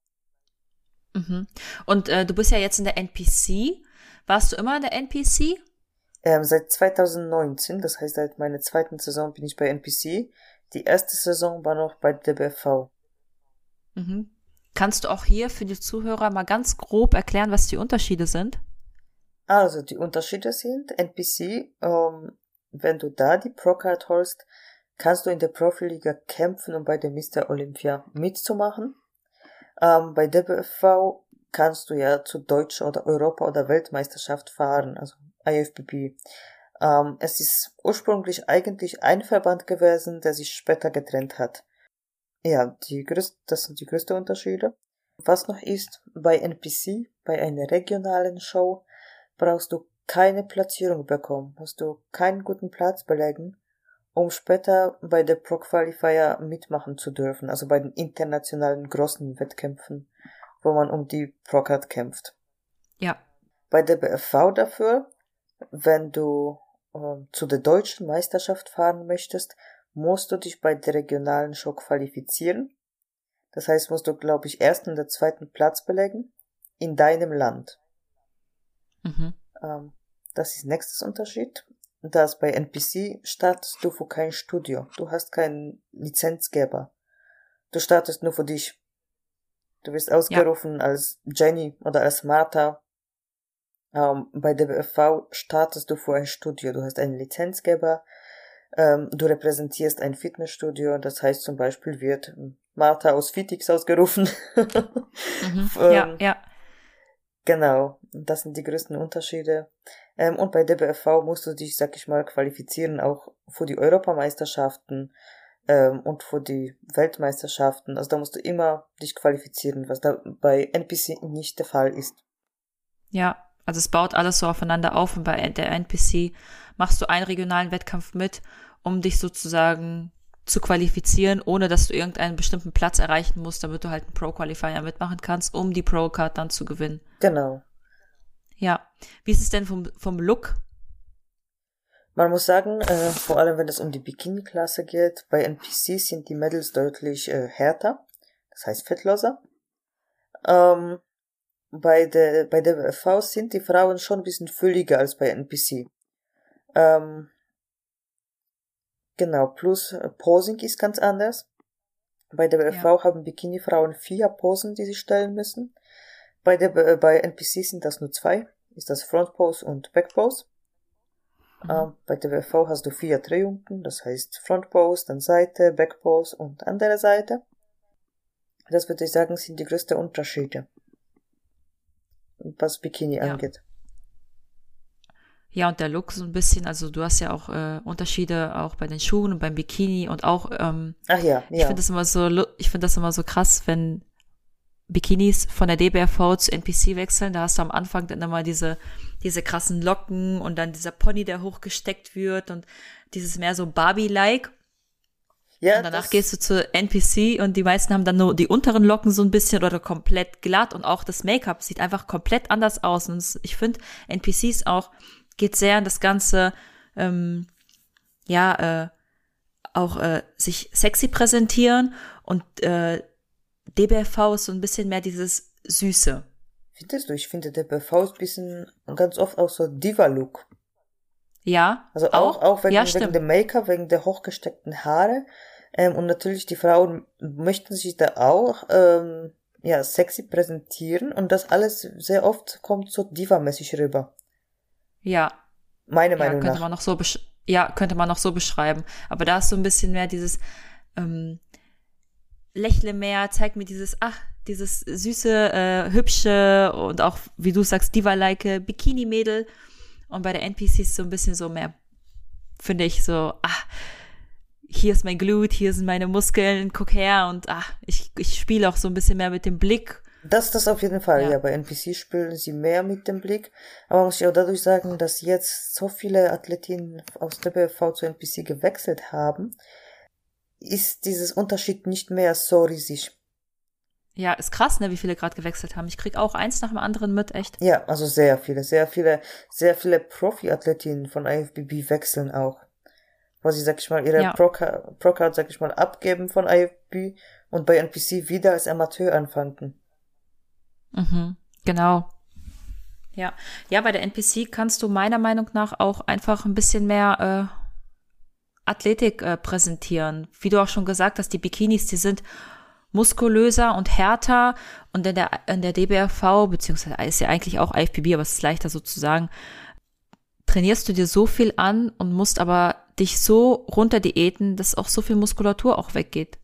Und du bist ja jetzt in der NPC. Warst du immer in der NPC? Seit 2019, das heißt seit meiner zweiten Saison bin ich bei NPC. Die erste Saison war noch bei DBFV. Kannst du auch hier für die Zuhörer mal ganz grob erklären, was die Unterschiede sind? Also die Unterschiede sind, NPC, wenn du da die Pro-Card holst, kannst du in der Profiliga kämpfen, um bei der Mr. Olympia mitzumachen. Bei DBFV kannst du ja zu Deutscher oder Europa- oder Weltmeisterschaft fahren, also IFBB. Es ist ursprünglich eigentlich ein Verband gewesen, der sich später getrennt hat. Ja, das sind die größten Unterschiede. Was noch ist, bei NPC, bei einer regionalen Show, brauchst du keine Platzierung bekommen, musst du keinen guten Platz belegen, um später bei der Pro Qualifier mitmachen zu dürfen, also bei den internationalen großen Wettkämpfen, wo man um die Pro-Card kämpft. Ja. Bei der BFV dafür, wenn du zu der deutschen Meisterschaft fahren möchtest, musst du dich bei der regionalen Show qualifizieren. Das heißt, musst du, glaube ich, ersten oder zweiten Platz belegen in deinem Land. Das ist nächstes Unterschied. Dass bei NPC startest du für kein Studio. Du hast keinen Lizenzgeber. Du startest nur für dich. Du wirst ausgerufen als Jenny oder als Martha. Bei der BFV startest du für ein Studio. Du hast einen Lizenzgeber. Du repräsentierst ein Fitnessstudio. Das heißt zum Beispiel wird Martha aus Fitix ausgerufen. Ja. Genau, das sind die größten Unterschiede. Und bei der BFV musst du dich, sag ich mal, qualifizieren auch für die Europameisterschaften und für die Weltmeisterschaften. Also da musst du immer dich qualifizieren, was da bei NPC nicht der Fall ist. Ja, also es baut alles so aufeinander auf und bei der NPC machst du einen regionalen Wettkampf mit, um dich sozusagen zu qualifizieren, ohne dass du irgendeinen bestimmten Platz erreichen musst, damit du halt einen Pro-Qualifier mitmachen kannst, um die Pro-Card dann zu gewinnen. Genau. Ja. Wie ist es denn vom Look? Man muss sagen, vor allem wenn es um die Bikini-Klasse geht, bei NPC sind die Mädels deutlich härter, das heißt fettloser. Bei der BFV sind die Frauen schon ein bisschen fülliger als bei NPC. Genau, plus Posing ist ganz anders. Bei der BFV haben Bikini-Frauen 4 Posen, die sie stellen müssen. Bei NPC sind das nur 2. Ist das Front Pose und Back Pose. Bei der BFV hast du 4 Triumphen, das heißt Front Pose, dann Seite, Back Pose und andere Seite. Das würde ich sagen, sind die größten Unterschiede, was Bikini angeht. Ja, und der Look so ein bisschen, also du hast ja auch Unterschiede auch bei den Schuhen und beim Bikini und auch, Ach ja, ich finde ja. das immer so, ich finde das immer so krass, wenn Bikinis von der DBRV zu NPC wechseln. Da hast du am Anfang dann immer diese krassen Locken und dann dieser Pony, der hochgesteckt wird und dieses mehr so Barbie-like. Ja, Und danach gehst du zu NPC und die meisten haben dann nur die unteren Locken so ein bisschen oder komplett glatt und auch das Make-up sieht einfach komplett anders aus. Und ich finde, NPCs auch geht sehr in das Ganze, auch sich sexy präsentieren und DBFV ist so ein bisschen mehr dieses Süße. findest du, ich finde, der BV ist ein bisschen ganz oft auch so Diva-Look. Ja, Also auch? auch Ja, wegen stimmt. dem Make-up, wegen der hochgesteckten Haare. Und natürlich, die Frauen möchten sich da auch ja, sexy präsentieren und das alles sehr oft kommt so Diva-mäßig rüber. Ja, Meiner ja, Meinung nach. könnte man noch so beschreiben. Aber da ist so ein bisschen mehr dieses lächle mehr, zeig mir dieses süße, hübsche und auch, wie du sagst, Diva-like Bikini-Mädel. Und bei der NPCs so ein bisschen so mehr, finde ich, so, hier ist mein Glut, hier sind meine Muskeln, guck her und ich spiele auch so ein bisschen mehr mit dem Blick. Das auf jeden Fall, Ja, ja. Bei NPC spielen sie mehr mit dem Blick. Aber muss ich auch dadurch sagen, dass jetzt so viele Athletinnen aus der BFV zu NPC gewechselt haben, ist dieses Unterschied nicht mehr so riesig. ja, ist krass, ne, wie viele gerade gewechselt haben. Ich krieg auch eins nach dem anderen mit, echt. Ja, also sehr viele, sehr viele Profi-Athletinnen von IFBB wechseln auch. Wo sie, sag ich mal, ihre Ja, Pro-Card, sag ich mal, abgeben von IFBB und bei NPC wieder als Amateur anfangen. genau. Ja, ja, bei der NPC kannst du meiner Meinung nach auch einfach ein bisschen mehr Athletik präsentieren. Wie du auch schon gesagt hast, die Bikinis, die sind muskulöser und härter und in der DBRV, beziehungsweise ist ja eigentlich auch IFBB, aber es ist leichter sozusagen, trainierst du dir so viel an und musst aber dich so runter diäten, dass auch so viel Muskulatur auch weggeht.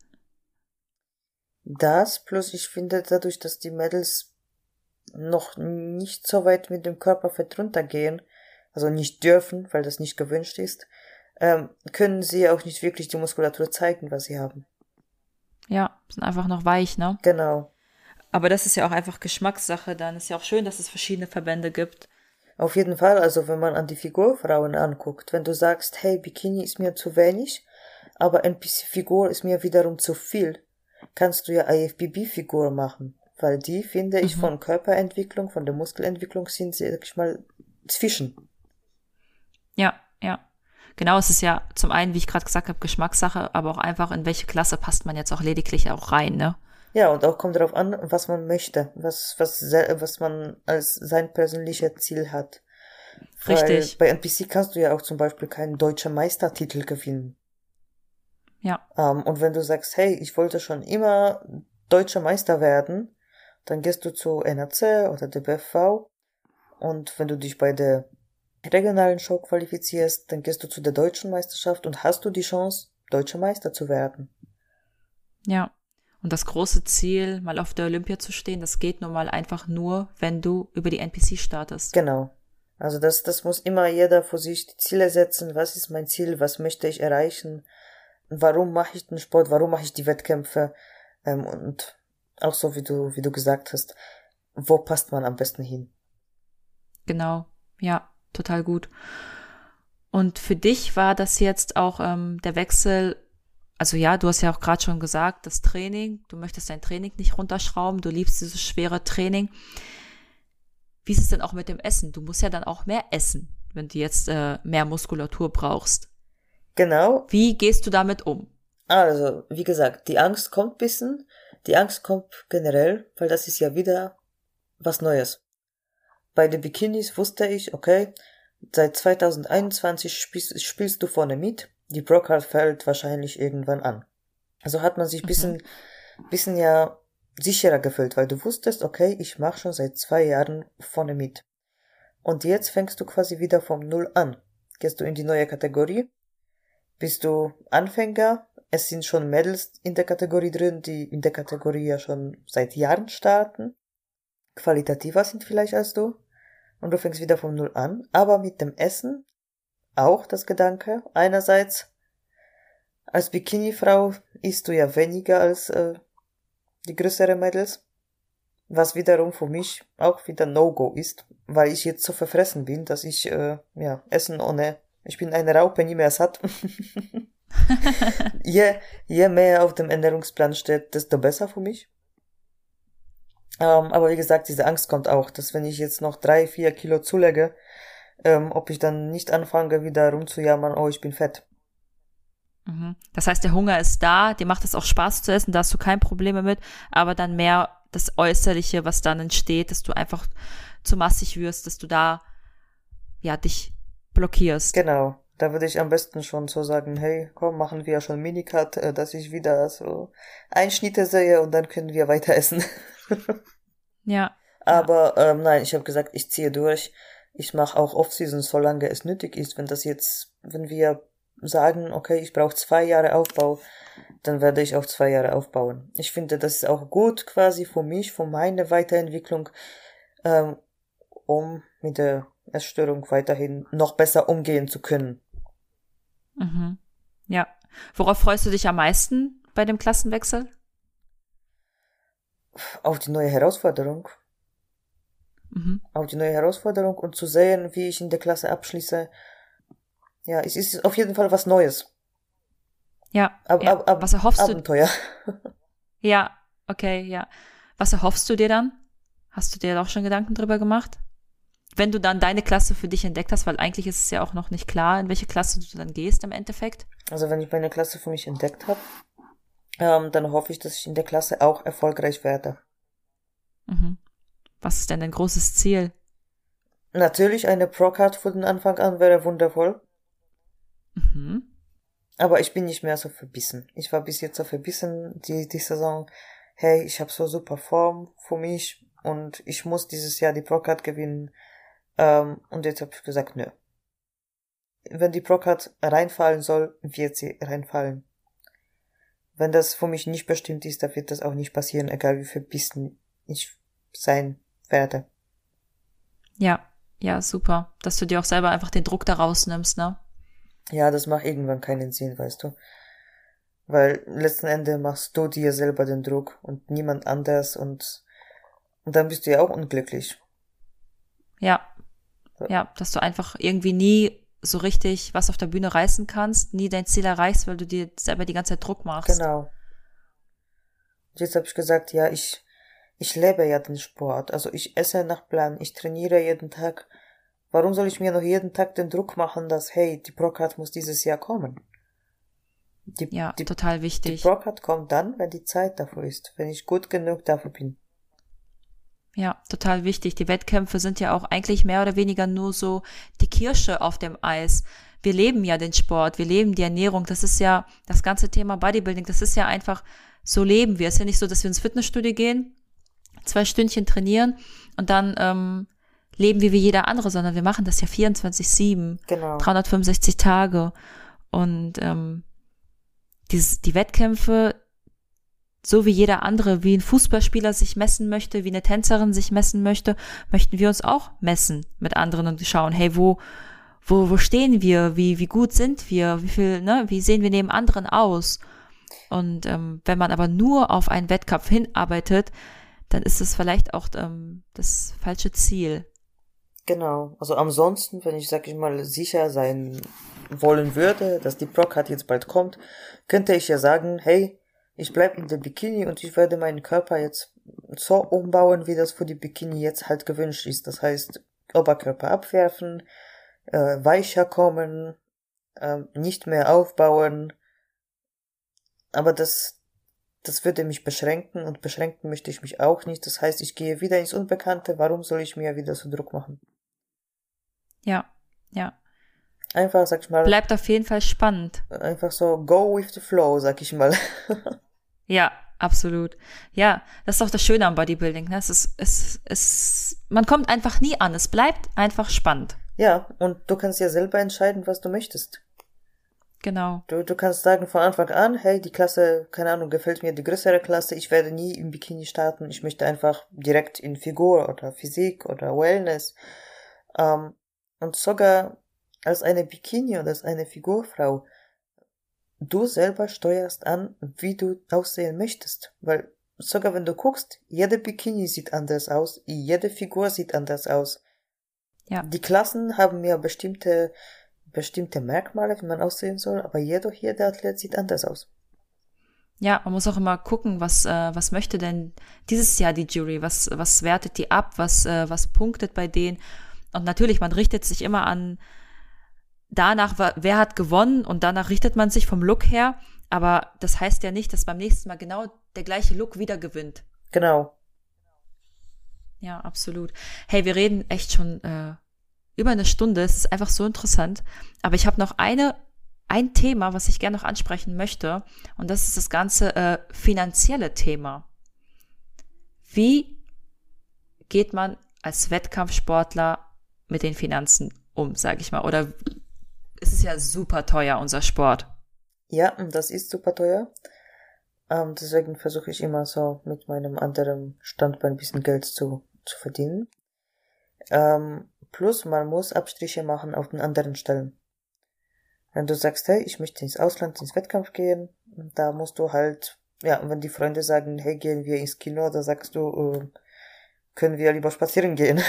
Das plus ich finde dadurch, dass die Mädels noch nicht so weit mit dem Körperfett runtergehen, also nicht dürfen, weil das nicht gewünscht ist, können sie auch nicht wirklich die Muskulatur zeigen, was sie haben. Ja, sind einfach noch weich, ne? Genau. Aber das ist ja auch einfach Geschmackssache, dann ist ja auch schön, dass es verschiedene Verbände gibt. Auf jeden Fall, also wenn man an die Figurfrauen anguckt, wenn du sagst, hey, Bikini ist mir zu wenig, aber NPC-Figur ist mir wiederum zu viel, kannst du ja IFBB-Figur machen, weil die, finde ich, von Körperentwicklung, von der Muskelentwicklung sind sie, sag ich mal, zwischen. Ja, ja. Genau, es ist ja zum einen, wie ich gerade gesagt habe, Geschmackssache, aber auch einfach, in welche Klasse passt man jetzt auch lediglich auch rein, ne? Ja, und auch kommt darauf an, was man möchte, was man als sein persönliches Ziel hat. Weil Richtig. bei NPC kannst du ja auch zum Beispiel keinen deutschen Meistertitel gewinnen. Ja, Und wenn du sagst, hey, ich wollte schon immer deutscher Meister werden, dann gehst du zu NAC oder der BFV und wenn du dich bei der regionalen Show qualifizierst, dann gehst du zu der deutschen Meisterschaft und hast du die Chance, deutscher Meister zu werden. ja. Und das große Ziel, mal auf der Olympia zu stehen, das geht nun mal einfach nur, wenn du über die NPC startest. Genau. Also das muss immer jeder für sich die Ziele setzen. Was ist mein Ziel? Was möchte ich erreichen? Warum mache ich den Sport? Warum mache ich die Wettkämpfe? Und auch so, wie du gesagt hast, wo passt man am besten hin? Genau. Ja, total gut. Und für dich war das jetzt auch der Wechsel, also ja, du hast ja auch gerade schon gesagt, das Training, du möchtest dein Training nicht runterschrauben, du liebst dieses schwere Training. Wie ist es denn auch mit dem Essen? Du musst ja dann auch mehr essen, wenn du jetzt mehr Muskulatur brauchst. Genau. Wie gehst du damit um? Also, wie gesagt, die Angst kommt bisschen. Die Angst kommt generell, weil das ist ja wieder was Neues. Bei den Bikinis wusste ich, okay, seit 2021 spielst du vorne mit. Die Pro-Card fällt wahrscheinlich irgendwann an. Also hat man sich bisschen ja sicherer gefühlt, weil du wusstest, okay, ich mache schon seit 2 Jahren vorne mit. Und jetzt fängst du quasi wieder vom Null an. Gehst du in die neue Kategorie, bist du Anfänger, es sind schon Mädels in der Kategorie drin, die in der Kategorie ja schon seit Jahren starten, qualitativer sind vielleicht als du. und du fängst wieder von Null an. Aber mit dem Essen auch das Gedanke. Einerseits, als Bikini-Frau isst du ja weniger als die größeren Mädels, was wiederum für mich auch wieder No-Go ist, weil ich jetzt so verfressen bin, dass ich Essen ohne, ich bin eine Raupe nie mehr satt. Je mehr auf dem Ernährungsplan steht, desto besser für mich. Aber wie gesagt, diese Angst kommt auch, dass wenn ich jetzt noch 3-4 Kilo zulege, ob ich dann nicht anfange, wieder rumzujammern, oh, ich bin fett. Das heißt, der Hunger ist da, dir macht es auch Spaß zu essen, da hast du kein Problem mit, aber dann mehr das Äußerliche, was dann entsteht, dass du einfach zu massig wirst, dass du da, ja, dich blockierst. Genau, da würde ich am besten schon so sagen, hey, komm, machen wir schon Minicut, dass ich wieder so Einschnitte sehe und dann können wir weiter essen. Ja. Aber nein, ich habe gesagt, ich ziehe durch. Ich mache auch Off-Season, solange es nötig ist. Wenn wir sagen, okay, ich brauche 2 Jahre Aufbau, dann werde ich auch 2 Jahre aufbauen. Ich finde, das ist auch gut quasi für mich, für meine Weiterentwicklung, um mit der Essstörung weiterhin noch besser umgehen zu können. Ja. Worauf freust du dich am meisten bei dem Klassenwechsel? Auf die neue Herausforderung. Auf die neue Herausforderung und zu sehen, wie ich in der Klasse abschließe. Ja, es ist auf jeden Fall was Neues. Ja. Was erhoffst Abenteuer. Ja, okay, ja. Was erhoffst du dir dann? Hast du dir da auch schon Gedanken drüber gemacht? Wenn du dann deine Klasse für dich entdeckt hast, weil eigentlich ist es ja auch noch nicht klar, in welche Klasse du dann gehst im Endeffekt. Also wenn ich meine Klasse für mich entdeckt habe, dann hoffe ich, dass ich in der Klasse auch erfolgreich werde. Was ist denn dein großes Ziel? Natürlich eine Pro-Card von den Anfang an wäre wundervoll. Aber ich bin nicht mehr so verbissen. Ich war bis jetzt so verbissen, die Saison. Hey, ich habe so super Form für mich und ich muss dieses Jahr die Pro-Card gewinnen. Und jetzt habe ich gesagt, nö. Wenn die Pro-Card reinfallen soll, wird sie reinfallen. Wenn das für mich nicht bestimmt ist, dann wird das auch nicht passieren, egal wie verbissen ich sein werde. Ja, super. Dass du dir auch selber einfach den Druck da rausnimmst, ne? Ja, das macht irgendwann keinen Sinn, weißt du. Weil letzten Endes machst du dir selber den Druck und niemand anders und dann bist du ja auch unglücklich. Ja, dass du einfach irgendwie nie so richtig was auf der Bühne reißen kannst, nie dein Ziel erreichst, weil du dir selber die ganze Zeit Druck machst. Genau. Jetzt habe ich gesagt, ja, ich lebe ja den Sport. Also ich esse nach Plan, ich trainiere jeden Tag. Warum soll ich mir noch jeden Tag den Druck machen, dass, hey, die Pro-Card muss dieses Jahr kommen? Total wichtig. Die Pro-Card kommt dann, wenn die Zeit dafür ist, wenn ich gut genug dafür bin. Ja, total wichtig. Die Wettkämpfe sind ja auch eigentlich mehr oder weniger nur so die Kirsche auf dem Eis. Wir leben ja den Sport, wir leben die Ernährung. Das ist ja das ganze Thema Bodybuilding. Das ist ja einfach, so leben wir. Es ist ja nicht so, dass wir ins Fitnessstudio gehen, 2 Stündchen trainieren und dann leben wir wie jeder andere, sondern wir machen das ja 24/7, genau. 365 Tage. Und die Wettkämpfe, so wie jeder andere, wie ein Fußballspieler sich messen möchte, wie eine Tänzerin sich messen möchte, möchten wir uns auch messen mit anderen und schauen, hey, wo stehen wir, wie gut sind wir, wie sehen wir neben anderen aus? Und wenn man aber nur auf einen Wettkampf hinarbeitet, dann ist es vielleicht auch das falsche Ziel. Genau, also ansonsten, wenn ich, sag ich mal, sicher sein wollen würde, dass die Pro-Card jetzt bald kommt, könnte ich ja sagen, hey, ich bleib in der Bikini und ich werde meinen Körper jetzt so umbauen, wie das für die Bikini jetzt halt gewünscht ist. Das heißt, Oberkörper abwerfen, weicher kommen, nicht mehr aufbauen. Aber das würde mich beschränken und beschränken möchte ich mich auch nicht. Das heißt, ich gehe wieder ins Unbekannte. Warum soll ich mir wieder so Druck machen? Ja. Einfach, sag ich mal. Bleibt auf jeden Fall spannend. Einfach so go with the flow, sag ich mal. Ja, absolut. Ja, das ist auch das Schöne am Bodybuilding. Ne? Man kommt einfach nie an. Es bleibt einfach spannend. Ja, und du kannst ja selber entscheiden, was du möchtest. Genau. Du kannst sagen von Anfang an, hey, die Klasse, keine Ahnung, gefällt mir die größere Klasse, ich werde nie im Bikini starten, ich möchte einfach direkt in Figur oder Physik oder Wellness. Und sogar als eine Bikini oder als eine Figurfrau, du selber steuerst an, wie du aussehen möchtest. Weil sogar wenn du guckst, jede Bikini sieht anders aus, jede Figur sieht anders aus. Ja. Die Klassen haben ja bestimmte Merkmale, wie man aussehen soll, aber jeder Athlet sieht anders aus. Ja, man muss auch immer gucken, was möchte denn dieses Jahr die Jury, was wertet die ab, was punktet bei denen. Und natürlich, man richtet sich immer an danach, wer hat gewonnen, und danach richtet man sich vom Look her, aber das heißt ja nicht, dass beim nächsten Mal genau der gleiche Look wieder gewinnt. Genau. Ja, absolut. Hey, wir reden echt schon über eine Stunde, es ist einfach so interessant, aber ich habe noch ein Thema, was ich gerne noch ansprechen möchte, und das ist das ganze finanzielle Thema. Wie geht man als Wettkampfsportler mit den Finanzen um, sage ich mal? Oder es ist ja super teuer, unser Sport. Ja, das ist super teuer. Deswegen versuche ich immer so mit meinem anderen Standbein ein bisschen Geld zu verdienen. Plus man muss Abstriche machen auf den anderen Stellen. Wenn du sagst, hey, ich möchte ins Ausland, ins Wettkampf gehen, da musst du halt, ja, wenn die Freunde sagen, hey, gehen wir ins Kino, da sagst du, können wir lieber spazieren gehen.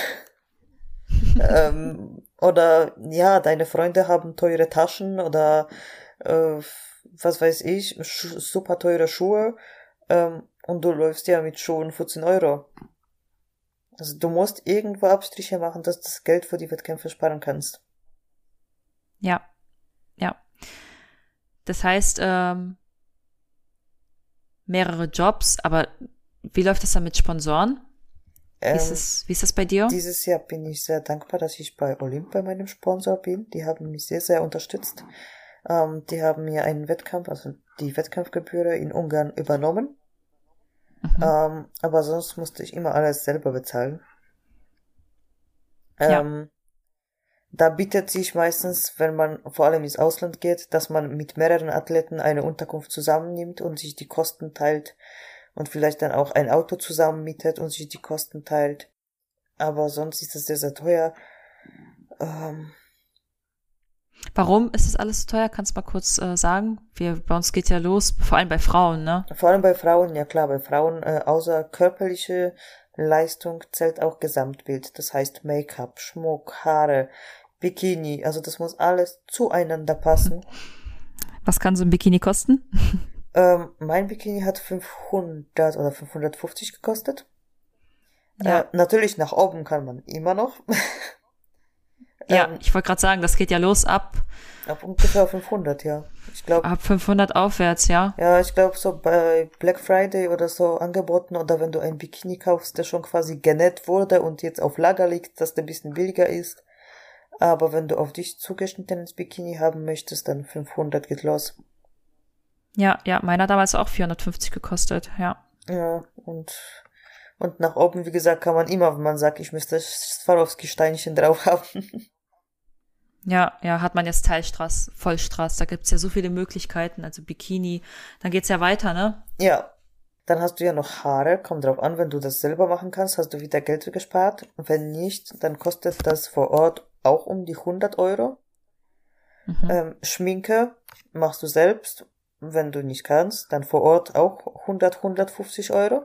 Oder, ja, deine Freunde haben teure Taschen oder, was weiß ich, super teure Schuhe, und du läufst ja mit Schuhen 14 Euro. Also du musst irgendwo Abstriche machen, dass du das Geld für die Wettkämpfe sparen kannst. Ja. Das heißt, mehrere Jobs, aber wie läuft das dann mit Sponsoren? Wie ist das bei dir? Dieses Jahr bin ich sehr dankbar, dass ich bei Olympia meinem Sponsor bin. Die haben mich sehr, sehr unterstützt. Die haben mir einen Wettkampf, also die Wettkampfgebühr in Ungarn übernommen. Mhm. Aber sonst musste ich immer alles selber bezahlen. Ja. Da bietet sich meistens, wenn man vor allem ins Ausland geht, dass man mit mehreren Athleten eine Unterkunft zusammennimmt und sich die Kosten teilt und vielleicht dann auch ein Auto zusammen mietet und sich die Kosten teilt. Aber sonst ist das sehr, sehr teuer. Warum ist das alles so teuer? Kannst du mal kurz sagen? Bei uns geht's ja los, vor allem bei Frauen, ne? Vor allem bei Frauen, ja klar, bei Frauen, außer körperliche Leistung zählt auch Gesamtbild. Das heißt Make-up, Schmuck, Haare, Bikini, also das muss alles zueinander passen. Was kann so ein Bikini kosten? Mein Bikini hat 500 oder 550 gekostet. Ja. Natürlich nach oben kann man immer noch. Ja, ich wollte gerade sagen, das geht ja los ab ungefähr 500, ja. Ich glaube ab 500 aufwärts, ja. Ja, ich glaube so bei Black Friday oder so angeboten, oder wenn du ein Bikini kaufst, der schon quasi genäht wurde und jetzt auf Lager liegt, dass der ein bisschen billiger ist. Aber wenn du auf dich zugeschnittenes Bikini haben möchtest, dann 500 geht los. Ja, meiner hat damals auch 450 gekostet, ja. Ja, und nach oben, wie gesagt, kann man immer, wenn man sagt, ich müsste Swarovski-Steinchen drauf haben. Ja, hat man jetzt Teilstraß, Vollstraß, da gibt's ja so viele Möglichkeiten, also Bikini, dann geht's ja weiter, ne? Ja, dann hast du ja noch Haare, kommt drauf an, wenn du das selber machen kannst, hast du wieder Geld gespart. Wenn nicht, dann kostet das vor Ort auch um die 100 Euro. Mhm. Schminke machst du selbst, wenn du nicht kannst, dann vor Ort auch 150 Euro.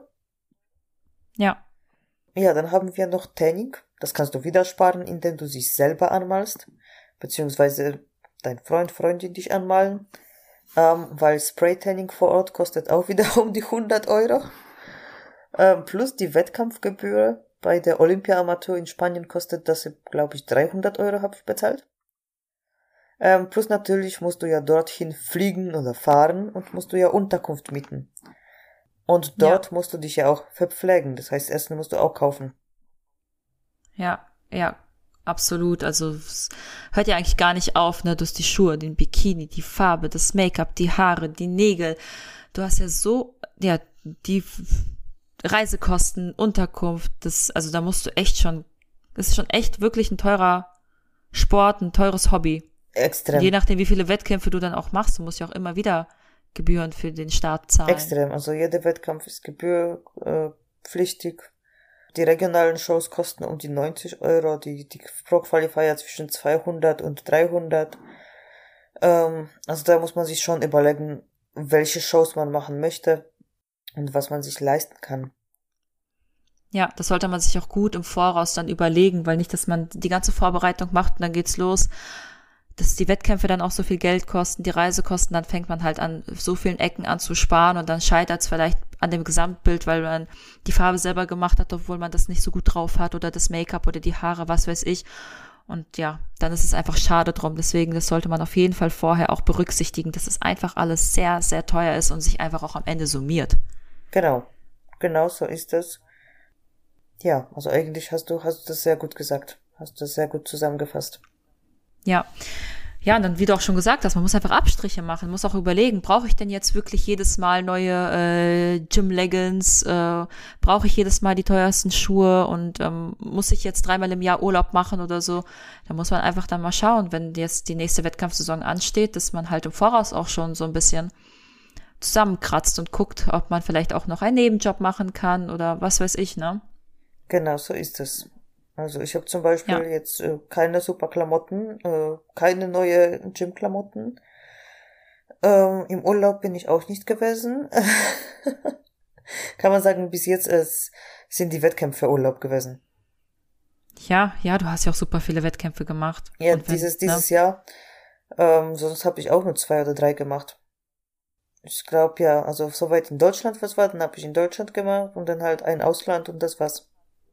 Ja. Ja, dann haben wir noch Tanning, das kannst du wieder sparen, indem du dich selber anmalst, beziehungsweise dein Freund, Freundin dich anmalen, weil Spray-Tanning vor Ort kostet auch wieder um die 100 Euro. Plus die Wettkampfgebühr bei der Olympia Amateur in Spanien kostet das, glaube ich, 300 Euro habe ich bezahlt. Plus natürlich musst du ja dorthin fliegen oder fahren und musst du ja Unterkunft mieten. Und dort musst du dich ja auch verpflegen, das heißt, Essen musst du auch kaufen. Ja, absolut. Also es hört ja eigentlich gar nicht auf, ne? Du hast die Schuhe, den Bikini, die Farbe, das Make-up, die Haare, die Nägel. Du hast ja so, ja, die Reisekosten, Unterkunft, also da musst du echt schon, das ist schon echt wirklich ein teurer Sport, ein teures Hobby. Extrem. Und je nachdem, wie viele Wettkämpfe du dann auch machst, du musst ja auch immer wieder Gebühren für den Start zahlen. Extrem, also jeder Wettkampf ist gebührpflichtig. die regionalen Shows kosten um die 90 €, die Pro-Qualifier zwischen 200 und 300. Also da muss man sich schon überlegen, welche Shows man machen möchte und was man sich leisten kann. Ja, das sollte man sich auch gut im Voraus dann überlegen, weil nicht, dass man die ganze Vorbereitung macht und dann geht's los, dass die Wettkämpfe dann auch so viel Geld kosten, die Reisekosten, dann fängt man halt an, so vielen Ecken an zu sparen und dann scheitert es vielleicht an dem Gesamtbild, weil man die Farbe selber gemacht hat, obwohl man das nicht so gut drauf hat oder das Make-up oder die Haare, was weiß ich. Und ja, dann ist es einfach schade drum. Deswegen, das sollte man auf jeden Fall vorher auch berücksichtigen, dass es einfach alles sehr, sehr teuer ist und sich einfach auch am Ende summiert. Genau so ist es. Ja, also eigentlich hast du das sehr gut gesagt. Hast du das sehr gut zusammengefasst. Ja, und dann, wie du auch schon gesagt hast, man muss einfach Abstriche machen, muss auch überlegen, brauche ich denn jetzt wirklich jedes Mal neue Gym-Leggings, brauche ich jedes Mal die teuersten Schuhe und muss ich jetzt 3-mal im Jahr Urlaub machen oder so. Da muss man einfach dann mal schauen, wenn jetzt die nächste Wettkampfsaison ansteht, dass man halt im Voraus auch schon so ein bisschen zusammenkratzt und guckt, ob man vielleicht auch noch einen Nebenjob machen kann oder was weiß ich, ne? Genau, so ist es. Also ich habe zum Beispiel jetzt keine super Klamotten, keine neue Gym-Klamotten. Im Urlaub bin ich auch nicht gewesen. Kann man sagen, bis jetzt sind die Wettkämpfe Urlaub gewesen. Ja, du hast ja auch super viele Wettkämpfe gemacht. Ja, und dieses Jahr. Sonst habe ich auch nur 2 oder 3 gemacht. Ich glaube ja, also soweit in Deutschland was war, dann habe ich in Deutschland gemacht und dann halt ein Ausland und das war's.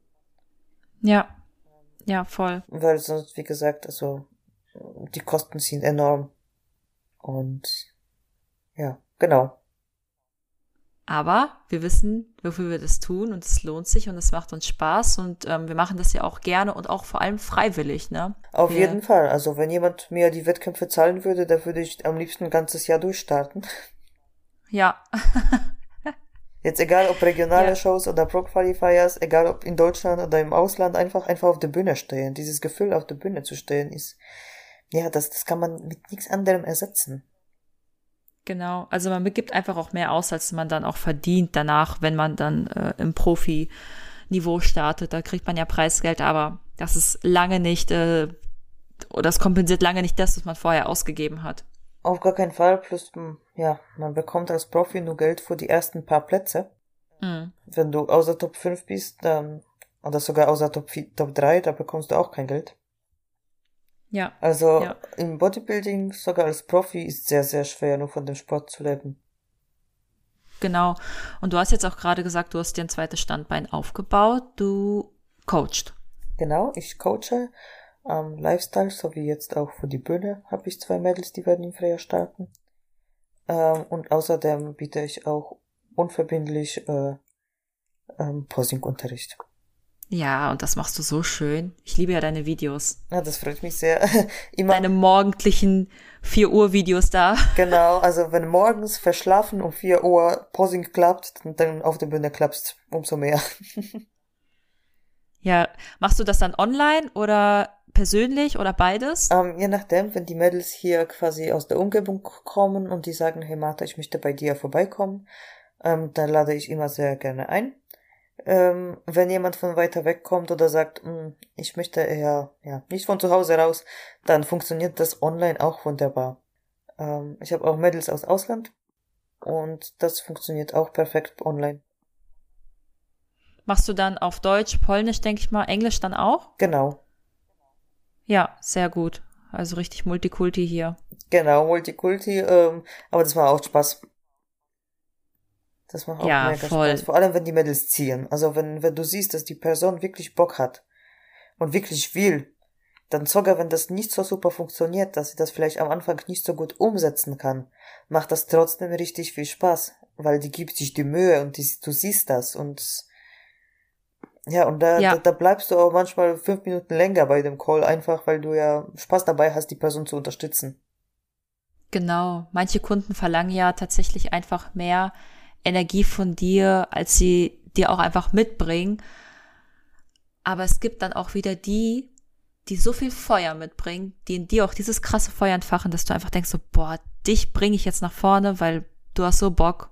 Ja, voll. Weil sonst, wie gesagt, also die Kosten sind enorm. Und ja, genau. Aber wir wissen, wofür wir das tun und es lohnt sich und es macht uns Spaß und wir machen das ja auch gerne und auch vor allem freiwillig, ne? Auf jeden Fall. Also wenn jemand mir die Wettkämpfe zahlen würde, da würde ich am liebsten ein ganzes Jahr durchstarten. Ja. Jetzt egal ob regionale Shows oder Pro-Qualifiers, egal ob in Deutschland oder im Ausland, einfach auf der Bühne stehen. Dieses Gefühl, auf der Bühne zu stehen, ist, ja, das kann man mit nichts anderem ersetzen. Genau, also man gibt einfach auch mehr aus, als man dann auch verdient danach, wenn man dann im Profi-Niveau startet. Da kriegt man ja Preisgeld, aber das ist lange nicht, oder das kompensiert lange nicht das, was man vorher ausgegeben hat. Auf gar keinen Fall, plus, ja, man bekommt als Profi nur Geld für die ersten paar Plätze. Mhm. Wenn du außer Top 5 bist, oder sogar außer Top 3, da bekommst du auch kein Geld. Ja. Also im Bodybuilding, sogar als Profi, ist sehr, sehr schwer, nur von dem Sport zu leben. Genau. Und du hast jetzt auch gerade gesagt, du hast dir ein zweites Standbein aufgebaut. Du coachst. Genau, ich coache Lifestyle, so wie jetzt auch für die Bühne habe ich 2 Mädels, die werden im Frühjahr starten. Und außerdem biete ich auch unverbindlich Posing-Unterricht. Ja, und das machst du so schön. Ich liebe ja deine Videos. Ja, das freut mich sehr. Immer deine morgendlichen 4 Uhr Videos da. Genau, also wenn morgens verschlafen um 4 Uhr Posing klappt, dann auf der Bühne klappt's umso mehr. Ja, machst du das dann online oder persönlich oder beides? Je nachdem, wenn die Mädels hier quasi aus der Umgebung kommen und die sagen, hey Martha, ich möchte bei dir vorbeikommen, dann lade ich immer sehr gerne ein. Wenn jemand von weiter weg kommt oder sagt, ich möchte eher nicht von zu Hause raus, dann funktioniert das online auch wunderbar. Ich habe auch Mädels aus Ausland und das funktioniert auch perfekt online. Machst du dann auf Deutsch, Polnisch, denke ich mal, Englisch dann auch? Genau. Ja, sehr gut. Also richtig Multikulti hier. Genau, Multikulti, aber das macht auch Spaß. Das macht auch mega Spaß. Vor allem, wenn die Mädels ziehen. Also wenn du siehst, dass die Person wirklich Bock hat und wirklich will, dann sogar wenn das nicht so super funktioniert, dass sie das vielleicht am Anfang nicht so gut umsetzen kann, macht das trotzdem richtig viel Spaß, weil die gibt sich die Mühe und du siehst das und da bleibst du auch manchmal 5 Minuten länger bei dem Call, einfach weil du ja Spaß dabei hast, die Person zu unterstützen. Genau. Manche Kunden verlangen ja tatsächlich einfach mehr Energie von dir, als sie dir auch einfach mitbringen. Aber es gibt dann auch wieder die so viel Feuer mitbringen, die in dir auch dieses krasse Feuer entfachen, dass du einfach denkst so, boah, dich bringe ich jetzt nach vorne, weil du hast so Bock.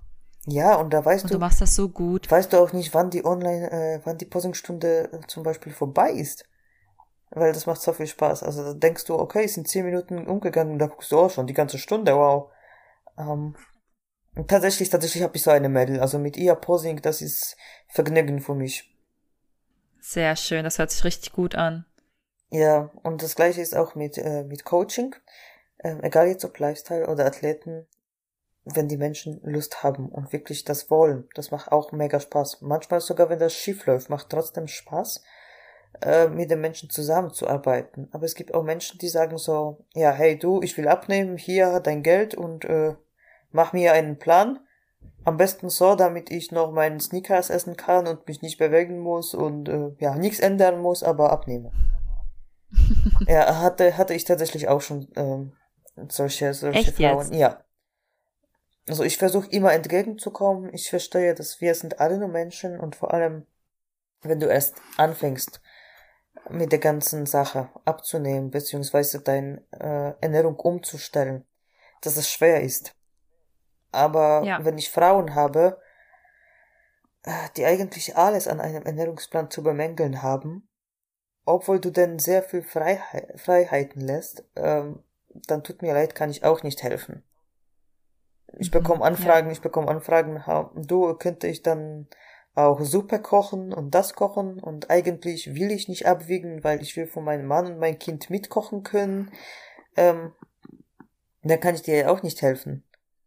Ja, und da Und du machst das so gut. weißt du auch nicht, wann wann die Posingstunde zum Beispiel vorbei ist. Weil das macht so viel Spaß. Also da denkst du, okay, es sind 10 Minuten umgegangen und da guckst du auch schon die ganze Stunde, wow. Und tatsächlich habe ich so eine Mädel. Also mit ihr Posing, das ist Vergnügen für mich. Sehr schön, das hört sich richtig gut an. Ja, und das gleiche ist auch mit Coaching. Egal jetzt ob Lifestyle oder Athleten, wenn die Menschen Lust haben und wirklich das wollen, das macht auch mega Spaß. Manchmal sogar, wenn das schief läuft, macht trotzdem Spaß, mit den Menschen zusammenzuarbeiten. Aber es gibt auch Menschen, die sagen so, ja, hey du, ich will abnehmen, hier dein Geld und mach mir einen Plan. Am besten so, damit ich noch meinen Snickers essen kann und mich nicht bewegen muss und ja, nichts ändern muss, aber abnehme. Ja, hatte ich tatsächlich auch schon solche Echt Frauen. jetzt? Ja. Also ich versuche immer entgegenzukommen. Ich verstehe, dass wir sind alle nur Menschen und vor allem, wenn du erst anfängst, mit der ganzen Sache abzunehmen, beziehungsweise deine Ernährung umzustellen, dass es schwer ist. Aber Ja. wenn ich Frauen habe, die eigentlich alles an einem Ernährungsplan zu bemängeln haben, obwohl du denn sehr viel Freiheiten lässt, dann tut mir leid, kann ich auch nicht helfen. Ich bekomme Anfragen, du, könnte ich dann auch Suppe kochen und das kochen und eigentlich will ich nicht abwiegen, weil ich will von meinem Mann und mein Kind mitkochen können. Dann kann ich dir ja auch nicht helfen.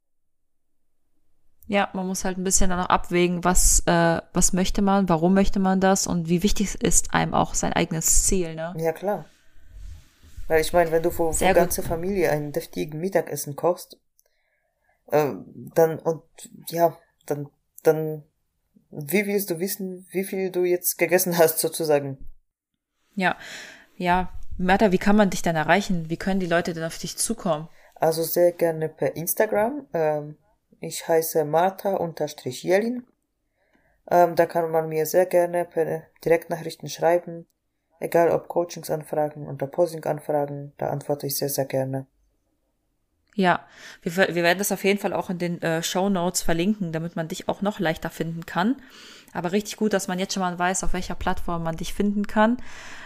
Ja, man muss halt ein bisschen dann auch abwägen, was möchte man, warum möchte man das und wie wichtig ist einem auch sein eigenes Ziel, ne? Ja, klar. Weil ich meine, wenn du für Sehr gut. ganze Familie einen deftigen Mittagessen kochst, dann, wie willst du wissen, wie viel du jetzt gegessen hast, sozusagen? Ja, ja. Martha, wie kann man dich denn erreichen? Wie können die Leute denn auf dich zukommen? Also sehr gerne per Instagram. Ich heiße Martha_Jelin. Da kann man mir sehr gerne per Direktnachrichten schreiben. Egal ob Coachingsanfragen oder Posing-Anfragen, da antworte ich sehr, sehr gerne. Ja, wir werden das auf jeden Fall auch in den Shownotes verlinken, damit man dich auch noch leichter finden kann. Aber richtig gut, dass man jetzt schon mal weiß, auf welcher Plattform man dich finden kann.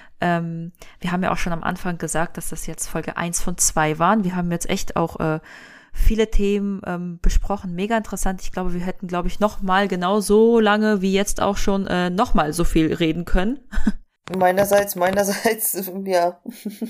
Wir haben ja auch schon am Anfang gesagt, dass das jetzt Folge 1 von 2 waren. Wir haben jetzt echt auch viele Themen besprochen. Mega interessant. Ich glaube, wir hätten, noch mal genau so lange wie jetzt auch schon noch mal so viel reden können. Meinerseits, ja.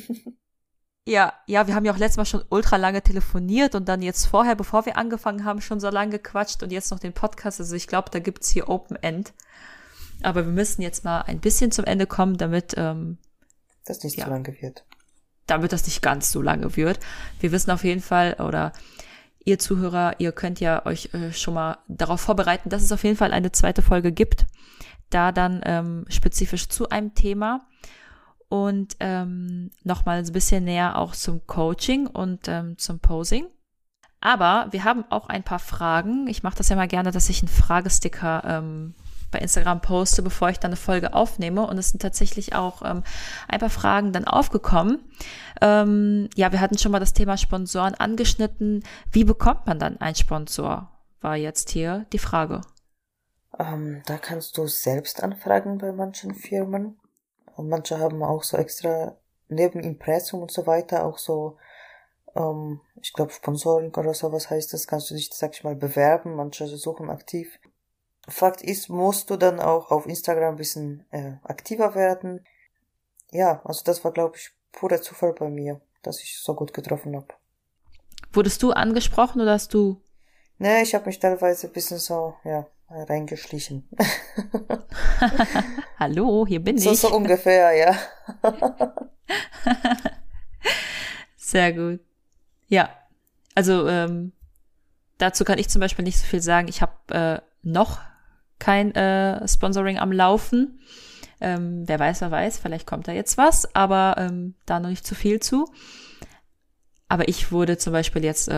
Ja, wir haben ja auch letztes Mal schon ultra lange telefoniert und dann jetzt vorher, bevor wir angefangen haben, schon so lange gequatscht und jetzt noch den Podcast. Also ich glaube, da gibt's hier Open End. Aber wir müssen jetzt mal ein bisschen zum Ende kommen, damit das nicht zu lange wird. Damit das nicht ganz so lange wird. Wir wissen auf jeden Fall, oder ihr Zuhörer, ihr könnt ja euch schon mal darauf vorbereiten, dass es auf jeden Fall eine zweite Folge gibt, da dann spezifisch zu einem Thema und nochmal ein bisschen näher auch zum Coaching und zum Posing. Aber wir haben auch ein paar Fragen. Ich mache das ja mal gerne, dass ich einen Fragesticker bei Instagram poste, bevor ich dann eine Folge aufnehme. Und es sind tatsächlich auch ein paar Fragen dann aufgekommen. Wir hatten schon mal das Thema Sponsoren angeschnitten. Wie bekommt man dann einen Sponsor? War jetzt hier die Frage. Da kannst du selbst anfragen bei manchen Firmen. Und manche haben auch so extra neben Impressum und so weiter auch so, ich glaube Sponsoring oder sowas heißt das, kannst du dich, sag ich mal, bewerben. Manche suchen aktiv. Fakt ist, musst du dann auch auf Instagram ein bisschen aktiver werden. Ja, also das war, glaube ich, purer Zufall bei mir, dass ich so gut getroffen habe. Wurdest du angesprochen oder hast du? Nee, ich habe mich teilweise ein bisschen so, reingeschlichen. Hallo, hier bin ich. So ungefähr, ja. Sehr gut. Ja, also dazu kann ich zum Beispiel nicht so viel sagen. Ich habe noch kein Sponsoring am Laufen. Wer weiß, vielleicht kommt da jetzt was, aber da noch nicht zu viel zu. Aber ich wurde zum Beispiel jetzt,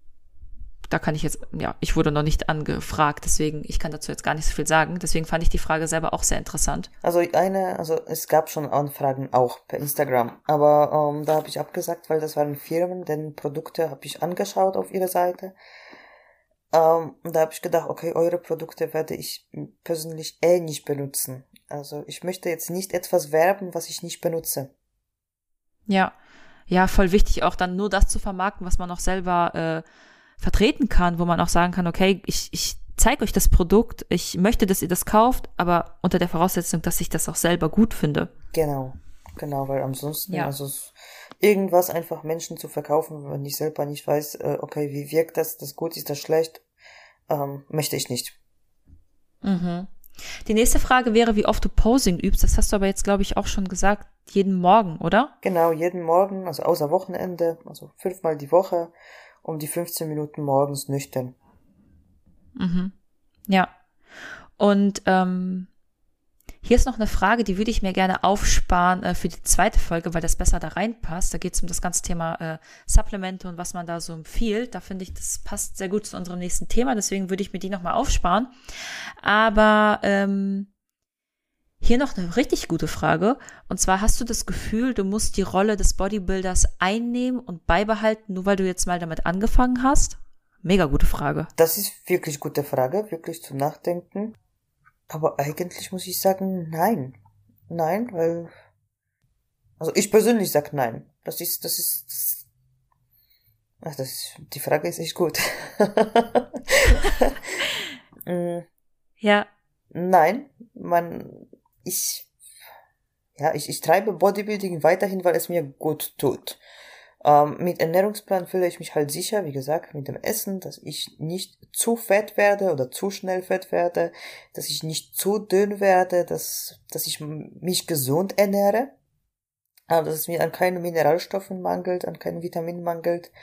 ich wurde noch nicht angefragt, deswegen, ich kann dazu jetzt gar nicht so viel sagen. Deswegen fand ich die Frage selber auch sehr interessant. Also es gab schon Anfragen auch per Instagram, aber da habe ich abgesagt, weil das waren Firmen, deren Produkte habe ich angeschaut auf ihrer Seite. Und da habe ich gedacht, okay, eure Produkte werde ich persönlich nicht benutzen. Also ich möchte jetzt nicht etwas werben, was ich nicht benutze. Ja, ja, voll wichtig auch dann nur das zu vermarkten, was man auch selber vertreten kann, wo man auch sagen kann, okay, ich zeige euch das Produkt, ich möchte, dass ihr das kauft, aber unter der Voraussetzung, dass ich das auch selber gut finde. Genau, weil ansonsten, Ja. also irgendwas einfach Menschen zu verkaufen, wenn ich selber nicht weiß, okay, wie wirkt das gut, ist das schlecht, möchte ich nicht. Mhm. Die nächste Frage wäre, wie oft du Posing übst. Das hast du aber jetzt, glaube ich, auch schon gesagt, jeden Morgen, oder? Genau, jeden Morgen, also außer Wochenende, also 5-mal die Woche, um die 15 Minuten morgens nüchtern. Mhm. Ja. Und hier ist noch eine Frage, die würde ich mir gerne aufsparen für die zweite Folge, weil das besser da reinpasst. Da geht es um das ganze Thema Supplemente und was man da so empfiehlt. Da finde ich, das passt sehr gut zu unserem nächsten Thema. Deswegen würde ich mir die nochmal aufsparen. Aber hier noch eine richtig gute Frage. Und zwar, hast du das Gefühl, du musst die Rolle des Bodybuilders einnehmen und beibehalten, nur weil du jetzt mal damit angefangen hast? Mega gute Frage. Das ist wirklich gute Frage, wirklich zum Nachdenken. Aber eigentlich muss ich sagen, nein. Nein, weil, also ich persönlich sag nein. Die Frage ist echt gut. Ja. Nein, ich treibe Bodybuilding weiterhin, weil es mir gut tut. Mit Ernährungsplan fühle ich mich halt sicher, wie gesagt, mit dem Essen, dass ich nicht zu fett werde oder zu schnell fett werde, dass ich nicht zu dünn werde, dass ich mich gesund ernähre, dass es mir an keinen Mineralstoffen mangelt, an keinen Vitaminen mangelt.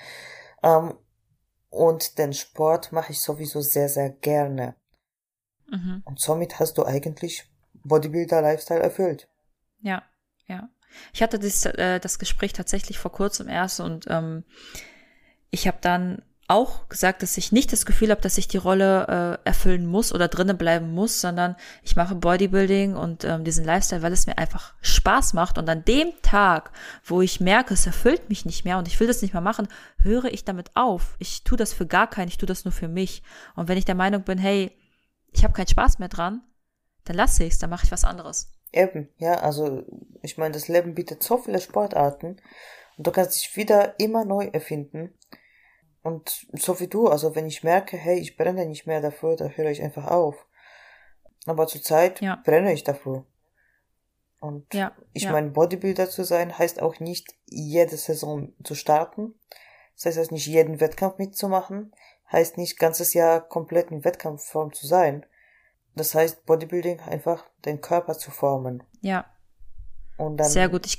Und den Sport mache ich sowieso sehr, sehr gerne. Mhm. Und somit hast du eigentlich Bodybuilder-Lifestyle erfüllt. Ja, ja. Ich hatte das Gespräch tatsächlich vor kurzem erst und ich habe dann auch gesagt, dass ich nicht das Gefühl habe, dass ich die Rolle erfüllen muss oder drinnen bleiben muss, sondern ich mache Bodybuilding und diesen Lifestyle, weil es mir einfach Spaß macht. Und an dem Tag, wo ich merke, es erfüllt mich nicht mehr und ich will das nicht mehr machen, höre ich damit auf. Ich tue das für gar keinen, ich tue das nur für mich. Und wenn ich der Meinung bin, hey, ich habe keinen Spaß mehr dran, dann lasse ich es, dann mache ich was anderes. Eben, ja, also ich meine, das Leben bietet so viele Sportarten und du kannst dich wieder immer neu erfinden. Und so wie du, also wenn ich merke, hey, ich brenne nicht mehr dafür, dann höre ich einfach auf. Aber zurzeit brenne ich dafür. Und ich meine, Bodybuilder zu sein, heißt auch nicht jede Saison zu starten. Das heißt nicht jeden Wettkampf mitzumachen, heißt nicht ganzes Jahr komplett in Wettkampfform zu sein. Das heißt, Bodybuilding einfach den Körper zu formen. Ja. Und dann, sehr gut.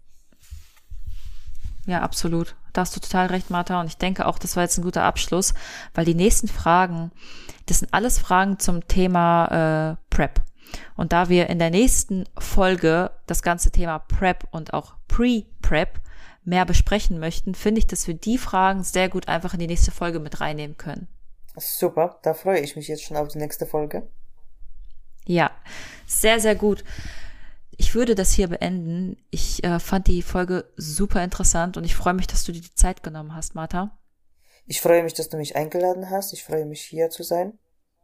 Ja, absolut. Da hast du total recht, Martha. Und ich denke auch, das war jetzt ein guter Abschluss, weil die nächsten Fragen, das sind alles Fragen zum Thema Prep. Und da wir in der nächsten Folge das ganze Thema Prep und auch Pre-Prep mehr besprechen möchten, finde ich, dass wir die Fragen sehr gut einfach in die nächste Folge mit reinnehmen können. Super, da freue ich mich jetzt schon auf die nächste Folge. Ja, sehr, sehr gut. Ich würde das hier beenden. Ich fand die Folge super interessant und ich freue mich, dass du dir die Zeit genommen hast, Martha. Ich freue mich, dass du mich eingeladen hast. Ich freue mich, hier zu sein.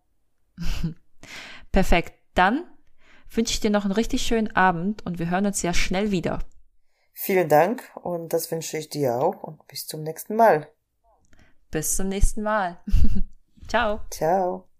Perfekt. Dann wünsche ich dir noch einen richtig schönen Abend und wir hören uns ja schnell wieder. Vielen Dank und das wünsche ich dir auch und bis zum nächsten Mal. Bis zum nächsten Mal. Ciao. Ciao.